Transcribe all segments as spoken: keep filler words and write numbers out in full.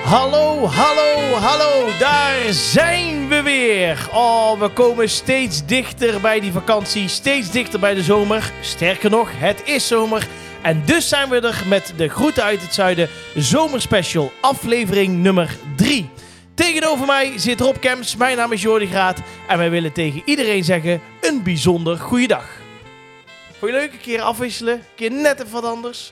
Hallo, hallo, hallo, daar zijn we weer. Oh, we komen steeds dichter bij die vakantie, steeds dichter bij de zomer. Sterker nog, het is zomer. En dus zijn we er met de Groeten uit het Zuiden Zomerspecial, aflevering nummer drie. Tegenover mij zit Rob Kemps, mijn naam is Jordi Graat. En wij willen tegen iedereen zeggen, een bijzonder goeiedag. Vond je leuk? Een keer afwisselen, een keer net even wat anders.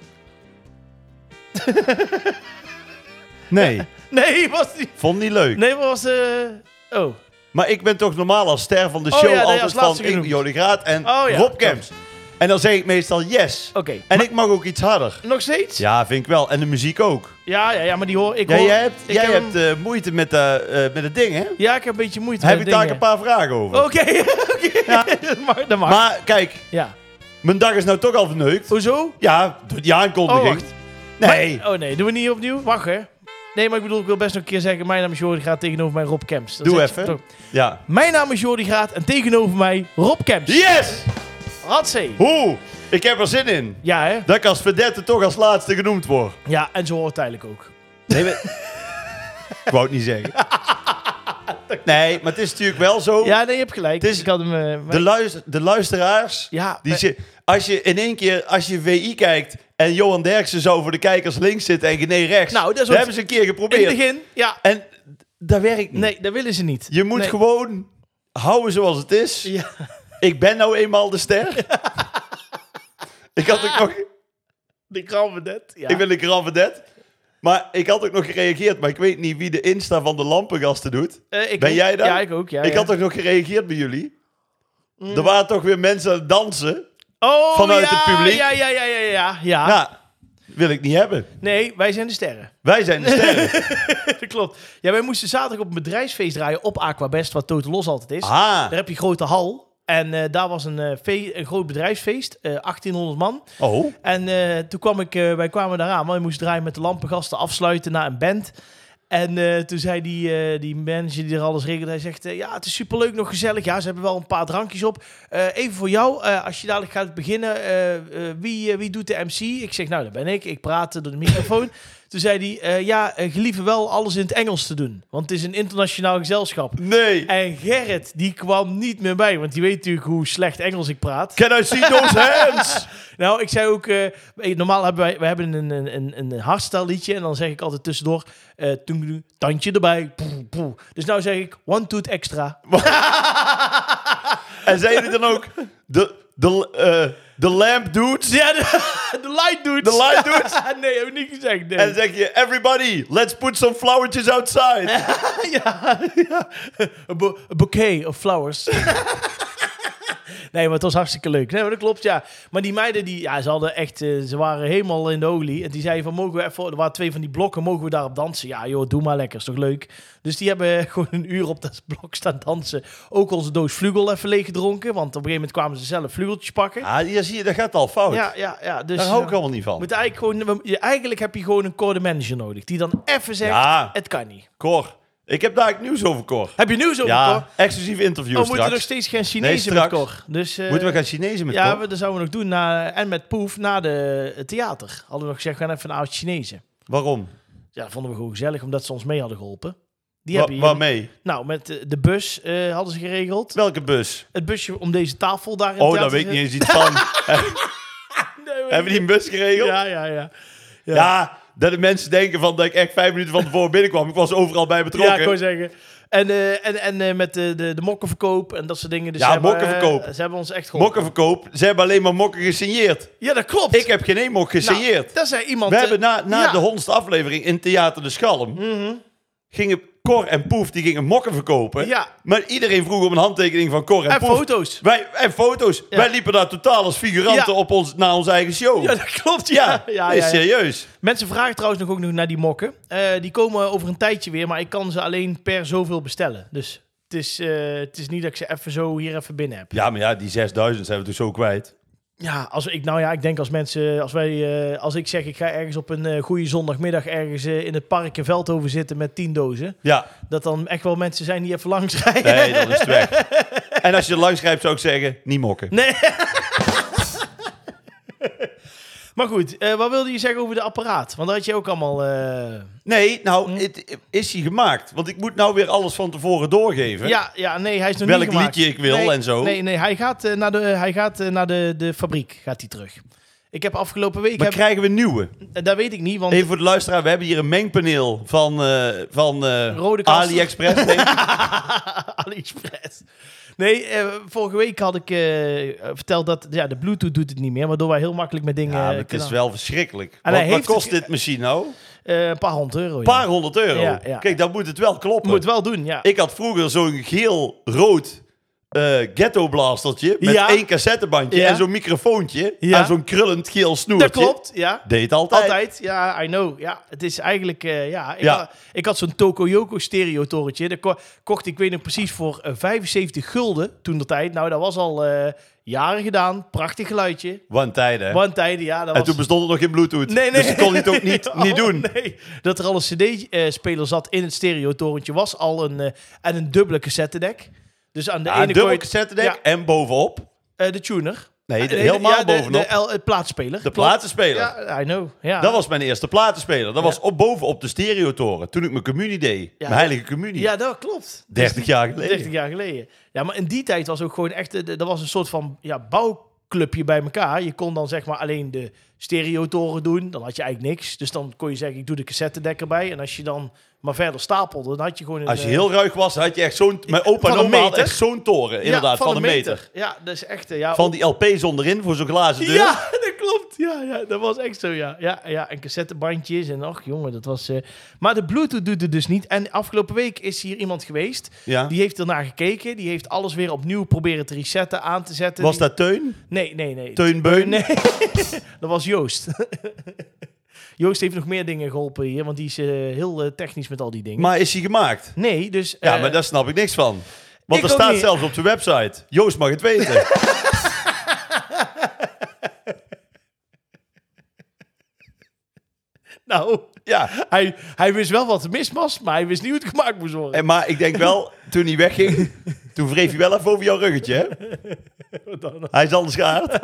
Nee. Nee, was die... Vond niet leuk. Nee, was... Uh... Oh. Maar ik ben toch normaal als ster van de show Oh, ja, nee, altijd als van laatste ik, genoemd. Jordi Graat en Oh, ja. Rob Kemps. En dan zeg ik meestal yes. Oké. Okay. En Maar... ik mag ook iets harder. Nog steeds? Ja, vind ik wel. En de muziek ook. Ja, ja, ja, maar die hoor ik Ja, hoor... jij hebt, ik jij heb hebt hem... uh, moeite met, uh, uh, met het ding, hè? Ja, ik heb een beetje moeite Heb met je daar dingen. een paar vragen over? Oké, okay, oké. Okay. Ja. dat mag, dat mag. Maar kijk, ja. mijn dag is nou toch al verneukt. Hoezo? Ja, door die aankondiging. Oh, wacht. Nee. Maar, oh nee, doen we niet opnieuw? Wacht, hè. Nee, maar ik bedoel, ik wil best nog een keer zeggen... Mijn naam is Jordi Graat, tegenover mij Rob Kemps. Dan Doe zet je even. toch- Ja. Mijn naam is Jordi Graat en tegenover mij Rob Kemps. Yes! Hatsé. Hoe? Ik heb er zin in. Ja, hè? Dat ik als vedette toch als laatste genoemd word. Ja, en zo hoort het eigenlijk ook. Nee, maar... ik wou het niet zeggen. Nee, maar het is natuurlijk wel zo. Ja, nee, je hebt gelijk. Het is- ik had hem... uh, De, luister, de luisteraars, Ja, die maar- zi- als je in één keer, als je V I kijkt en Johan Derksen zou voor de kijkers links zitten en Gené rechts, Nou, dat is dat wat- hebben ze een keer in het geprobeerd. begin, ja. En dat werkt niet. Nee, dat willen ze niet. Je moet Nee. gewoon houden zoals het is. Ja. Ik ben nou eenmaal de ster. ik had ook nog, De kramvendet, ja. ik ben een grand vedette. Maar ik had ook nog gereageerd, maar ik weet niet wie de Insta van de lampengasten doet. Uh, ik Ben ook. jij dat? Ja, ik ook. Ja, ik ja. had ook nog gereageerd bij jullie. Er waren toch weer mensen aan het dansen. Oh, vanuit ja, het publiek. Ja, ja, ja, ja, ja, ja. Nou, wil ik niet hebben. Nee, wij zijn de sterren. Wij zijn de sterren. Dat klopt. Ja, wij moesten zaterdag op een bedrijfsfeest draaien op Aquabest, wat Total Los altijd is. Ah, Daar heb je een grote hal. En uh, daar was een, uh, fe- een groot bedrijfsfeest, uh, achttienhonderd man. oh. En uh, toen kwam ik, uh, wij kwamen daar aan, want we moesten draaien met de lampengasten, afsluiten naar een band. En uh, toen zei die, uh, die manager die er alles regelde, hij zegt, uh, ja, het is superleuk, nog gezellig. Ja, ze hebben wel een paar drankjes op. Uh, even voor jou, uh, als je dadelijk gaat beginnen, uh, uh, wie, uh, wie doet de M C? Ik zeg, nou, dat ben ik. Ik praat door de microfoon. Toen zei hij, uh, ja, uh, gelieve wel alles in het Engels te doen. Want het is een internationaal gezelschap. Nee. En Gerrit, die kwam niet meer bij, want die weet natuurlijk hoe slecht Engels ik praat. Can I see those hands? Nou, ik zei ook, uh, normaal hebben wij we hebben een, een, een, een hardstyle liedje en dan zeg ik altijd tussendoor, uh, toengedoe, tandje erbij. Poe, poe. Dus nou zeg ik, one toot extra. En zei jullie dan ook de, de, uh, de lamp dudes? Ja, de, de light dudes. De light dudes? Nee, heb ik niet gezegd. Nee. En dan zeg je, everybody, let's put some flowertjes outside. ja, ja. A, bo- a bouquet of flowers. Nee, maar het was hartstikke leuk. Nee, maar dat klopt, ja. Maar die meiden, die, ja, ze hadden echt, uh, ze waren helemaal in de olie. En die zeiden van, mogen we even, er waren twee van die blokken, mogen we daarop dansen? Ja, joh, doe maar lekker, is toch leuk? Dus die hebben gewoon een uur op dat blok staan dansen. Ook onze doos Vlugel even leeg gedronken, want op een gegeven moment kwamen ze zelf vlugeltjes pakken. Ah, hier zie je, dat gaat al fout. Ja, ja, ja. Dus, Daar hou ik uh, allemaal niet van. moet eigenlijk, gewoon, je- eigenlijk heb je gewoon een code manager nodig, die dan even zegt, Ja. het kan niet. Cor, ik heb daar nieuws over, Cor. Heb je nieuws over, Ja, Cor? exclusief interview Oh, we moeten straks. nog steeds geen Nee, Chinezen met straks. Cor. Dus, uh, Moeten we gaan Chinezen met ja, Cor? we, dat zouden we nog doen. Na, en met Poef na de het theater. Hadden we nog gezegd, we gaan even naar oud Chinezen. Waarom? Ja, dat vonden we gewoon gezellig, omdat ze ons mee hadden geholpen. Die Wa- hebben hier, waarmee? nou, met de, de bus uh, hadden ze geregeld. Welke bus? Het busje om deze tafel daar in Oh, het daar theater weet ik te niet eens iets van. zetten. Nee, weet Hebben die een bus geregeld? Ja, ja, ja. Ja. Ja. dat de mensen denken van dat ik echt vijf minuten van tevoren binnenkwam. Ik was overal bij Ja, betrokken. ik wou zeggen. En, uh, en, en uh, met de, de, de mokkenverkoop en dat soort dingen. Dus Ja, ze hebben, mokkenverkoop. Uh, ze hebben ons echt geholpen. Mokkenverkoop. Ze hebben alleen maar mokken gesigneerd. Ja, dat klopt. Ik heb geen één mok gesigneerd. Nou, daar zei iemand... We uh, hebben na, na ja. de honderdste aflevering in Theater de Schalm... Mhm. gingen Cor en Poef die gingen mokken verkopen. Ja. Maar iedereen vroeg om een handtekening van Cor en, En Poef. foto's. Wij, en foto's. Ja. Wij liepen daar totaal als figuranten Ja. op ons, naar onze eigen show. Ja, dat klopt. Ja, Ja, ja, nee, ja, ja. serieus. Mensen vragen trouwens nog ook nog naar die mokken. Uh, die komen over een tijdje weer, maar ik kan ze alleen per zoveel bestellen. Dus het is, uh, het is niet dat ik ze even zo hier even binnen heb. Ja, maar ja, die zesduizend zijn we dus zo kwijt. Ja, als ik, nou ja, ik denk als mensen, als wij, uh, als ik zeg ik ga ergens op een uh, goede zondagmiddag ergens uh, in het park in Veldhoven zitten met tien dozen, Ja, dat dan echt wel mensen zijn die even langs rijden. nee, dan is het weg. En als je er langs grijpt, zou ik zeggen, niet mokken. Nee. Maar goed, uh, wat wilde je zeggen over de apparaat? Want dat had je ook allemaal... Uh... Nee, nou, hm? het, is hij gemaakt? Want ik moet nou weer alles van tevoren doorgeven. Ja, ja nee, hij is nog Welk niet gemaakt. Welk liedje ik wil nee, en zo. Nee, nee, hij gaat, uh, naar, de, hij gaat uh, naar de, de fabriek gaat hij terug. Ik heb afgelopen week... Maar heb... krijgen we nieuwe? Uh, dat weet ik niet, want... Even voor de luisteraar, we hebben hier een mengpaneel van, uh, van uh, Rode AliExpress. Nee. AliExpress. Nee, uh, vorige week had ik uh, verteld dat ja, de Bluetooth doet het niet meer, waardoor wij heel makkelijk met dingen... Ja, het kunnen... is wel verschrikkelijk. En Wat, wat kost het... dit machine nou? Uh, een paar honderd euro. Een paar ja. honderd euro? Ja, ja. Kijk, dan moet het wel kloppen. Moet wel doen, ja. Ik had vroeger zo'n geel-rood uh, ghetto blastertje met ja. één cassettebandje ja. en zo'n microfoontje ja. en zo'n krullend geel snoertje. Dat klopt, ja. Deed altijd. Altijd, ja, I know. Ja, het is eigenlijk, uh, ja. Ik, ja. Had, ik had zo'n Tokoyoko stereotorentje. Dat ko- kocht ik, weet nog precies, voor uh, vijfenzeventig gulden toen de tijd. Nou, dat was al uh, jaren gedaan. Prachtig geluidje. One tijden. One tijden, ja. Dat en was... toen bestond het nog geen Bluetooth. Nee, nee. Dus dat kon hij het ook niet, oh, niet doen. Nee. Dat er al een cd-speler zat in het stereotorentje was al een... Uh, en een dubbele cassettedek. Dus aan de ja, ene een dubbel kant... cassettedek ja. en bovenop... Uh, de tuner. Nee, de, uh, helemaal ja, de, bovenop. De, de, de plaatspeler. De platenspeler. Ja, I know. Ja. Dat was mijn eerste platenspeler. Dat ja. was op, bovenop de stereotoren. Toen ik mijn communie deed. Ja, mijn heilige communie. Ja, dat klopt. dertig jaar geleden. dertig jaar geleden. Ja, maar in die tijd was ook gewoon echt... Dat was een soort van ja, bouwclubje bij elkaar. Je kon dan zeg maar alleen de stereotoren doen. Dan had je eigenlijk niks. Dus dan kon je zeggen, ik doe de cassettedekker bij. En als je dan maar verder stapelde, dan had je gewoon een... Als je heel ruig was, had je echt zo'n... Mijn opa en oma had echt zo'n toren, inderdaad, ja, van, van een meter. meter. Ja, dat is echt... Ja, van die L P's onderin, voor zo'n glazen deur. Ja, dat klopt. Ja, ja, dat was echt zo, ja. Ja, ja en cassettebandjes en ach, jongen, dat was... Uh... Maar de Bluetooth doet het dus niet. En afgelopen week is hier iemand geweest, ja. die heeft ernaar gekeken. Die heeft alles weer opnieuw proberen te resetten, aan te zetten. Was die... dat Teun? Nee, nee, nee. Teun Beun? Nee, dat was Joost. Joost heeft nog meer dingen geholpen hier, want die is uh, heel uh, technisch met al die dingen. Maar is hij gemaakt? Nee, dus... Uh, ja, maar daar snap ik niks van. Want er staat niet. Zelfs op de website, Joost mag het weten. Nou, ja. hij, hij wist wel wat er mis was, maar hij wist niet hoe het gemaakt moest worden. En, maar ik denk wel, toen hij wegging, toen wreef hij wel even over jouw ruggetje, hè? Wat dan? Hij is anders gehaald.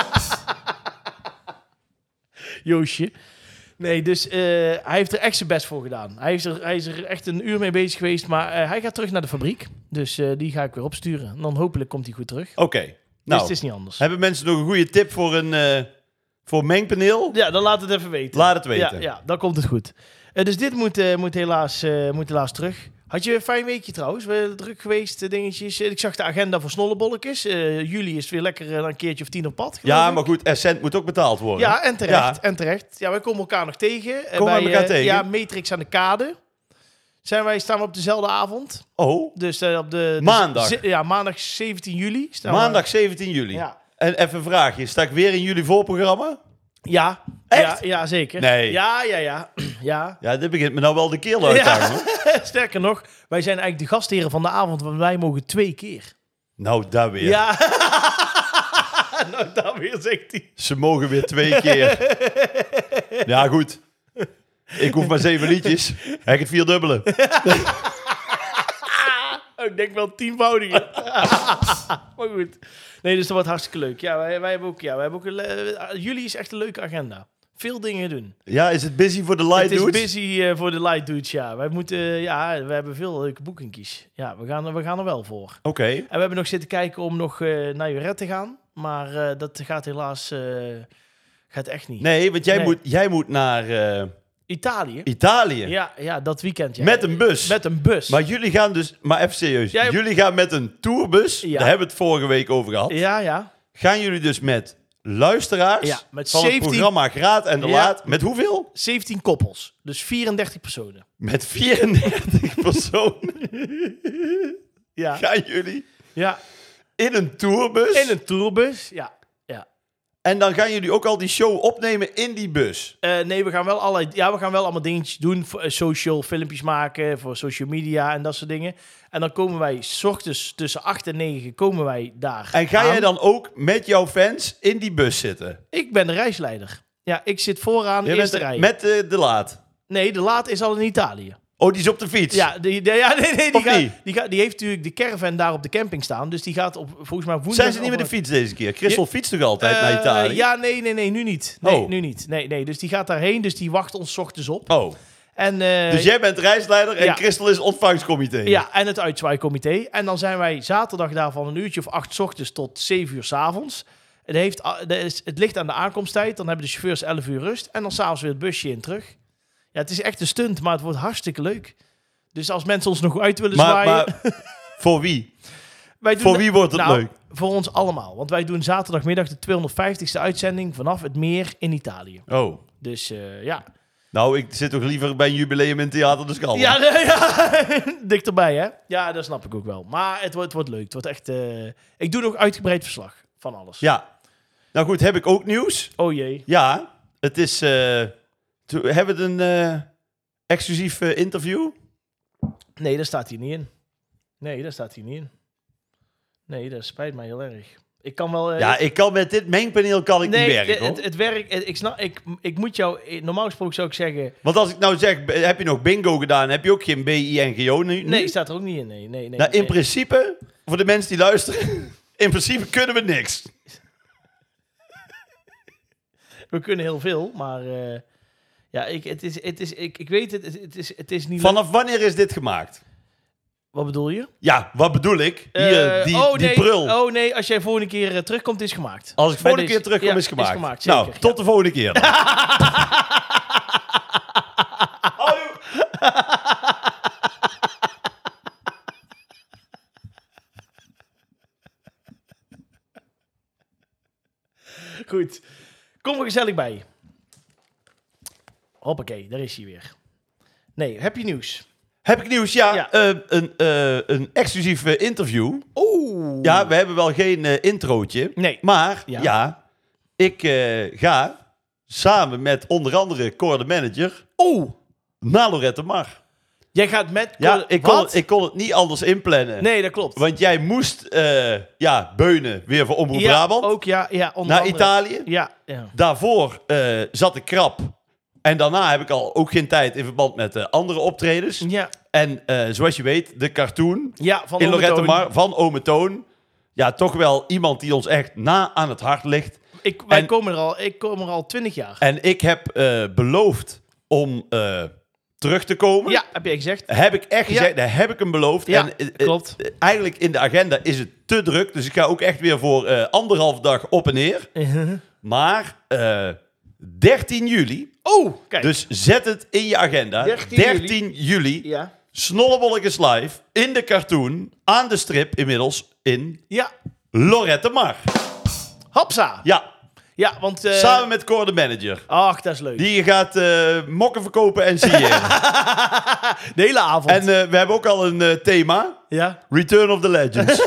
Joosje. Nee, dus uh, hij heeft er echt zijn best voor gedaan. Hij is er, hij is er echt een uur mee bezig geweest, maar uh, hij gaat terug naar de fabriek. Dus uh, die ga ik weer opsturen. En dan hopelijk komt hij goed terug. Oké. Okay. Dus nou, het is niet anders. Hebben mensen nog een goede tip voor een, uh, voor een mengpaneel? Ja, dan laat het even weten. Laat het weten. Ja, ja dan komt het goed. Uh, dus dit moet, uh, moet, helaas, uh, moet helaas terug. Had je een fijn weekje trouwens? We druk geweest, uh, dingetjes. Uh, ik zag de agenda voor snollebolletjes. Uh, juli is het weer lekker uh, een keertje of tien op pad. Ja, ik. maar goed, cent moet ook betaald worden. Ja, en terecht. Ja. En terecht. Ja, wij komen elkaar nog tegen. Uh, Komen bij, we elkaar uh, tegen? Ja, Matrix aan de Kade. Zijn wij, staan we op dezelfde avond. Oh. Dus uh, op de... Maandag? Dus, ja, maandag zeventien juli. Staan maandag we, zeventien juli. Ja. En even een vraagje. Sta ik weer in jullie voorprogramma? Ja. Echt? Ja, ja, zeker. Nee. Ja, ja, ja. ja. Ja, dit begint me nou wel de keel uit te hangen. Ja. Sterker nog, wij zijn eigenlijk de gastheren van de avond, want wij mogen twee keer. Nou, daar weer. Ja. nou, daar weer, zegt hij. Ze mogen weer twee keer. Ja, goed. Ik hoef maar zeven liedjes. Heb ik het vierdubbele. oh, ik denk wel tienvoudige. maar goed. Nee, dus dat wordt hartstikke leuk. Ja, wij, wij hebben ook... Ja, wij hebben ook een, uh, jullie is echt een leuke agenda. Veel dingen doen. Ja, is het busy voor de light dudes? Het is busy uh, voor de light dudes, ja. Wij moeten... Uh, ja, we hebben veel leuke boekingjes. Ja, we gaan, we gaan er wel voor. Oké. Okay. En we hebben nog zitten kijken om nog uh, naar Joret te gaan. Maar uh, dat gaat helaas... Uh, gaat echt niet. Nee, want jij, nee. Moet, jij moet naar... Uh... Italië. Italië? Ja, ja, dat weekend. Ja. Met een bus? Met een bus. Maar jullie gaan dus... Maar even serieus. Jij... Jullie gaan met een tourbus. Ja. Daar hebben we het vorige week over gehad. Ja, ja. Gaan jullie dus met luisteraars ja, met van zeventien... het programma Graat en de ja. Laat. Met hoeveel? zeventien koppels. Dus vierendertig personen. Met vierendertig personen? ja. Gaan jullie ja. in een tourbus? In een tourbus, ja. En dan gaan jullie ook al die show opnemen in die bus? Uh, nee, we gaan wel allerlei, ja, we gaan wel allemaal dingetjes doen. Voor, uh, social filmpjes maken, voor social media en dat soort dingen. En dan komen wij 's ochtends tussen acht en negen komen wij daar En ga aan. jij dan ook met jouw fans in die bus zitten? Ik ben de reisleider. Ja, ik zit vooraan, je eerste bent rij. Met uh, de Laat? Nee, de Laat is al in Italië. Oh, die is op de fiets? Ja, die, die, ja nee, nee, die, Of gaat, niet? die, gaat, die heeft natuurlijk de caravan daar op de camping staan. Dus die gaat op, volgens mij woensdag... Zijn ze niet met de fiets deze keer? Christel fietst toch altijd naar Italië? Uh, ja, nee, nee, nee, nu niet. Nee, Oh. nu niet. Nee, nee, dus die gaat daarheen, dus die wacht ons 's ochtends op. Oh, En, uh, dus jij bent reisleider en ja. Christel is ontvangstcomité? Ja, en het uitzwaaikomité. En dan zijn wij zaterdag daar van een uurtje of acht 's ochtends tot zeven uur 's avonds. Het, heeft, het, is, het ligt aan de aankomsttijd. Dan hebben de chauffeurs elf uur rust. En dan s'avonds weer het busje in terug. Ja, het is echt een stunt, maar het wordt hartstikke leuk. Dus als mensen ons nog uit willen Maar, zwaaien... maar voor wie? wij doen Voor wie wordt het nou, leuk? Voor ons allemaal. Want wij doen zaterdagmiddag de tweehonderdvijftigste uitzending vanaf het meer in Italië. Oh. Dus uh, ja... Nou, ik zit toch liever bij een jubileum in Theater de Schelde. Ja, nee, ja. Dichterbij, hè? Ja, dat snap ik ook wel. Maar het wordt, het wordt leuk. Het wordt echt... Uh... Ik doe nog uitgebreid verslag van alles. Ja. Nou goed, heb ik ook nieuws. Oh jee. Ja, het is... Uh, to, hebben we een uh, exclusief uh, interview? Nee, daar staat hij niet in. Nee, daar staat hij niet in. Nee, dat spijt mij heel erg. Ik kan wel... Uh, ja, ik kan met dit mengpaneel kan ik nee, niet werken, het, het, het werk... Het, ik, snap, ik, ik moet jou... Normaal gesproken zou ik zeggen... Want als ik nou zeg, heb je nog bingo gedaan? Heb je ook geen B I N G O nu? Nee, staat er ook niet in. Nee, nee, nee. Nou, in nee. principe, voor de mensen die luisteren... in principe kunnen we niks. We kunnen heel veel, maar... Uh, ja, ik, het is, het is, ik, ik weet het, het is, het is niet... Vanaf wanneer is dit gemaakt? Wat bedoel je? Ja, wat bedoel ik? Hier, uh, die, oh, die nee. prul. Oh nee, als jij volgende keer uh, terugkomt, is gemaakt. Als ik Bij volgende deze. keer terugkom, Ja, is gemaakt. Is gemaakt zeker, nou, tot ja. de volgende keer dan. Goed. Kom er gezellig bij. Hoppakee, daar is hij weer. Nee, heb je nieuws? Heb ik nieuws? Ja, Ja. Uh, een, uh, een exclusief uh, interview. Oeh. Ja, we hebben wel geen uh, introotje. Nee. Maar, Ja. ja, ik uh, ga samen met onder andere Cor de Manager Oeh. naar Lorette Mar. Jij gaat met... Ja, ik kon, Wat? het, ik kon het niet anders inplannen. Nee, dat klopt. Want jij moest, uh, ja, beunen weer voor Omroep ja, Brabant. ook, ja. ja onder naar andere. Italië. Ja, ja. Daarvoor uh, zat ik krap. En daarna heb ik al ook geen tijd in verband met uh, andere optredens. Ja. En uh, zoals je weet, de cartoon Ja, van in Ome Lorette Toon. Mar van Ome Toon. Ja, toch wel iemand die ons echt na aan het hart ligt. Ik, wij En- komen er al, ik kom er al twintig jaar. En ik heb uh, beloofd om uh, terug te komen. Ja, heb jij gezegd. Heb ik echt Ja. gezegd, dat heb ik hem beloofd. Ja, en, uh, klopt. uh, eigenlijk in de agenda is het te druk. Dus ik ga ook echt weer voor uh, anderhalf dag op en neer. Maar uh, dertien juli, Oh, kijk. dus zet het in je agenda. dertien dertien juli, Ja. Snollebolletjes live in de cartoon, aan de strip inmiddels in Ja. Lorette Mar. Hopsa. Ja, Ja, want... Uh, samen met Cor de Manager. Ach, dat is leuk. Die gaat uh, mokken verkopen en signeren. De hele avond. En uh, we hebben ook al een uh, thema. Ja. Return of the Legends.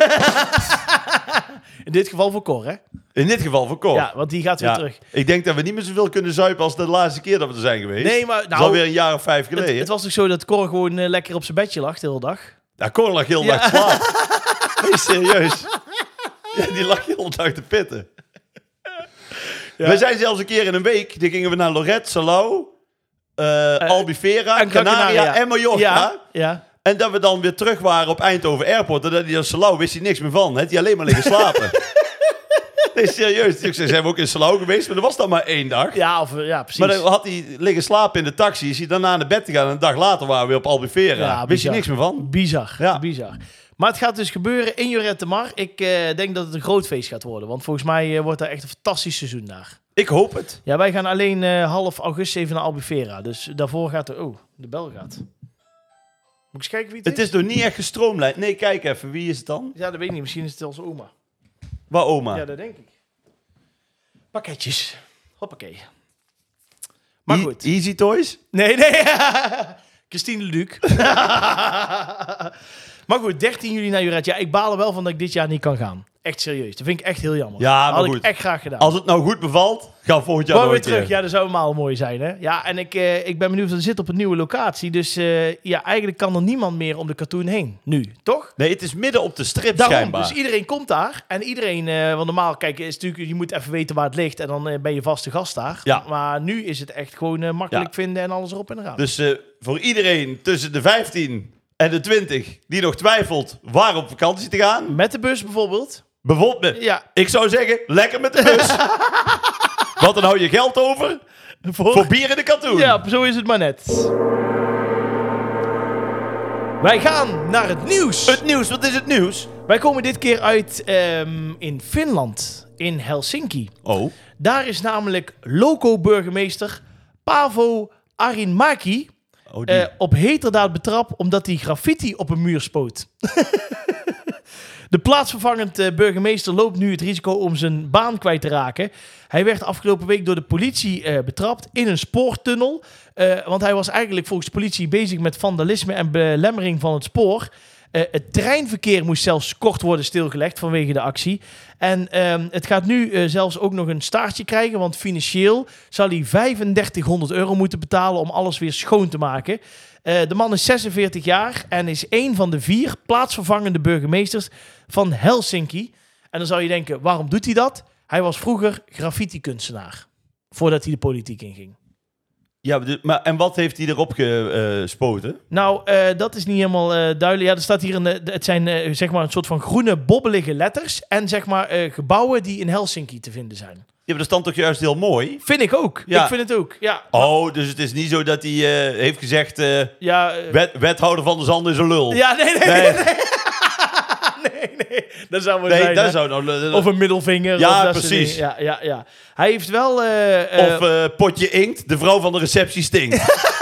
In dit geval voor Cor, hè? In dit geval voor Cor. Ja, want die gaat weer Ja, terug. ik denk dat we niet meer zoveel kunnen zuipen als de laatste keer dat we er zijn geweest. Nee, maar... Dat is Nou, alweer een jaar of vijf geleden. het, het was toch zo dat Cor gewoon uh, lekker op zijn bedje lag de hele dag? Ja, Cor lag heel de dag te slapen. Nee, serieus. Ja, die lag heel de dag te pitten. Ja. We zijn zelfs een keer in een week, die gingen we naar Lorette, Salau, uh, Albufeira, en Canaria Canaria. en Mallorca. Ja, ja. En dat we dan weer terug waren op Eindhoven Airport. En dat hij in Salau wist hij niks meer van. Heeft hij alleen maar liggen slapen. Nee, serieus. Ik zei, zijn we ook in Salau geweest, maar dat was dan maar één dag. Ja, of, ja, precies. Maar dan had hij liggen slapen in de taxi. Is hij daarna naar bed gegaan en een dag later waren we weer op Albufeira. Ja, wist je bizar. niks meer van? Bizar, Ja. bizar. Maar het gaat dus gebeuren in Lorette Mar. Ik uh, denk dat het een groot feest gaat worden. Want volgens mij uh, wordt daar echt een fantastisch seizoen daar. Ik hoop het. Ja, wij gaan alleen uh, half augustus even naar Albufeira. Dus daarvoor gaat er... Oh, de bel gaat. Moet ik eens kijken wie het, Het is nog niet echt gestroomlijnd. Nee, kijk even. Wie is het dan? Ja, dat weet ik niet. Misschien is het onze oma. Waar oma? Ja, dat denk ik. Pakketjes. Hoppakee. Maar E- goed. Easy Toys? Nee, nee. Christine Leduc. Maar goed, dertien juli naar Lorette. Ja, ik baal er wel van dat ik dit jaar niet kan gaan. Echt serieus. Dat vind ik echt heel jammer. Ja, maar Had goed. ik echt graag gedaan. Als het nou goed bevalt, ga volgend jaar Gewoon weer nooit terug. Ja, dat zou helemaal mooi zijn, hè? Ja, en ik, uh, ik ben benieuwd, we zitten op een nieuwe locatie. Dus uh, ja, eigenlijk kan er niemand meer om de cartoon heen. Nu, toch? Nee, het is midden op de strip Daarom, schijnbaar. dus iedereen komt daar. En iedereen, uh, want normaal, kijk, is natuurlijk, je moet even weten waar het ligt. En dan uh, ben je vaste gast daar. Ja. Maar nu is het echt gewoon uh, makkelijk Ja. vinden en alles erop en eraan. Dus uh, voor iedereen tussen de vijftien en de twintig die nog twijfelt waar op vakantie te gaan, Met de bus bijvoorbeeld. bijvoorbeeld me. Ja. Ik zou zeggen, lekker met de bus. Want dan hou je geld over Voor, voor bier in de cartoon. Ja, zo is het maar net. Wij gaan naar het nieuws. Het nieuws, wat is het nieuws? Wij komen dit keer uit um, in Finland, in Helsinki. Oh. Daar is namelijk loco-burgemeester Paavo Arhinmäki oh die. uh, op heterdaad betrapt omdat hij graffiti op een muur spoot. De plaatsvervangend uh, burgemeester loopt nu het risico om zijn baan kwijt te raken. Hij werd afgelopen week door de politie uh, betrapt in een spoortunnel. Uh, want hij was eigenlijk volgens de politie bezig met vandalisme en belemmering van het spoor. Uh, het treinverkeer moest zelfs kort worden stilgelegd vanwege de actie. En um, het gaat nu uh, zelfs ook nog een staartje krijgen, want financieel zal hij vijfendertighonderd euro moeten betalen om alles weer schoon te maken. Uh, de man is zesenveertig jaar en is één van de vier plaatsvervangende burgemeesters van Helsinki. En dan zou je denken, waarom doet hij dat? Hij was vroeger graffiti-kunstenaar, voordat hij de politiek inging. Ja, maar en wat heeft hij erop gespoten? Nou, uh, dat is niet helemaal uh, duidelijk. Ja, er staat hier een, uh, het zijn uh, zeg maar een soort van groene bobbelige letters en zeg maar uh, gebouwen die in Helsinki te vinden zijn. Ja, maar dat is dan toch juist heel mooi? Vind ik ook. Ja. Ik vind het ook. Ja. Oh, dus het is niet zo dat hij uh, heeft gezegd, uh, ja, uh, wet, wethouder van de Zand is een lul. Ja, nee, nee, nee. nee. nee. nee, nee. Dat zou maar nee, zijn. dat zou nou, uh, of een middelvinger. Ja, of dat precies. Ja, ja, ja. Hij heeft wel... Uh, uh, of uh, potje inkt, de vrouw van de receptie stinkt.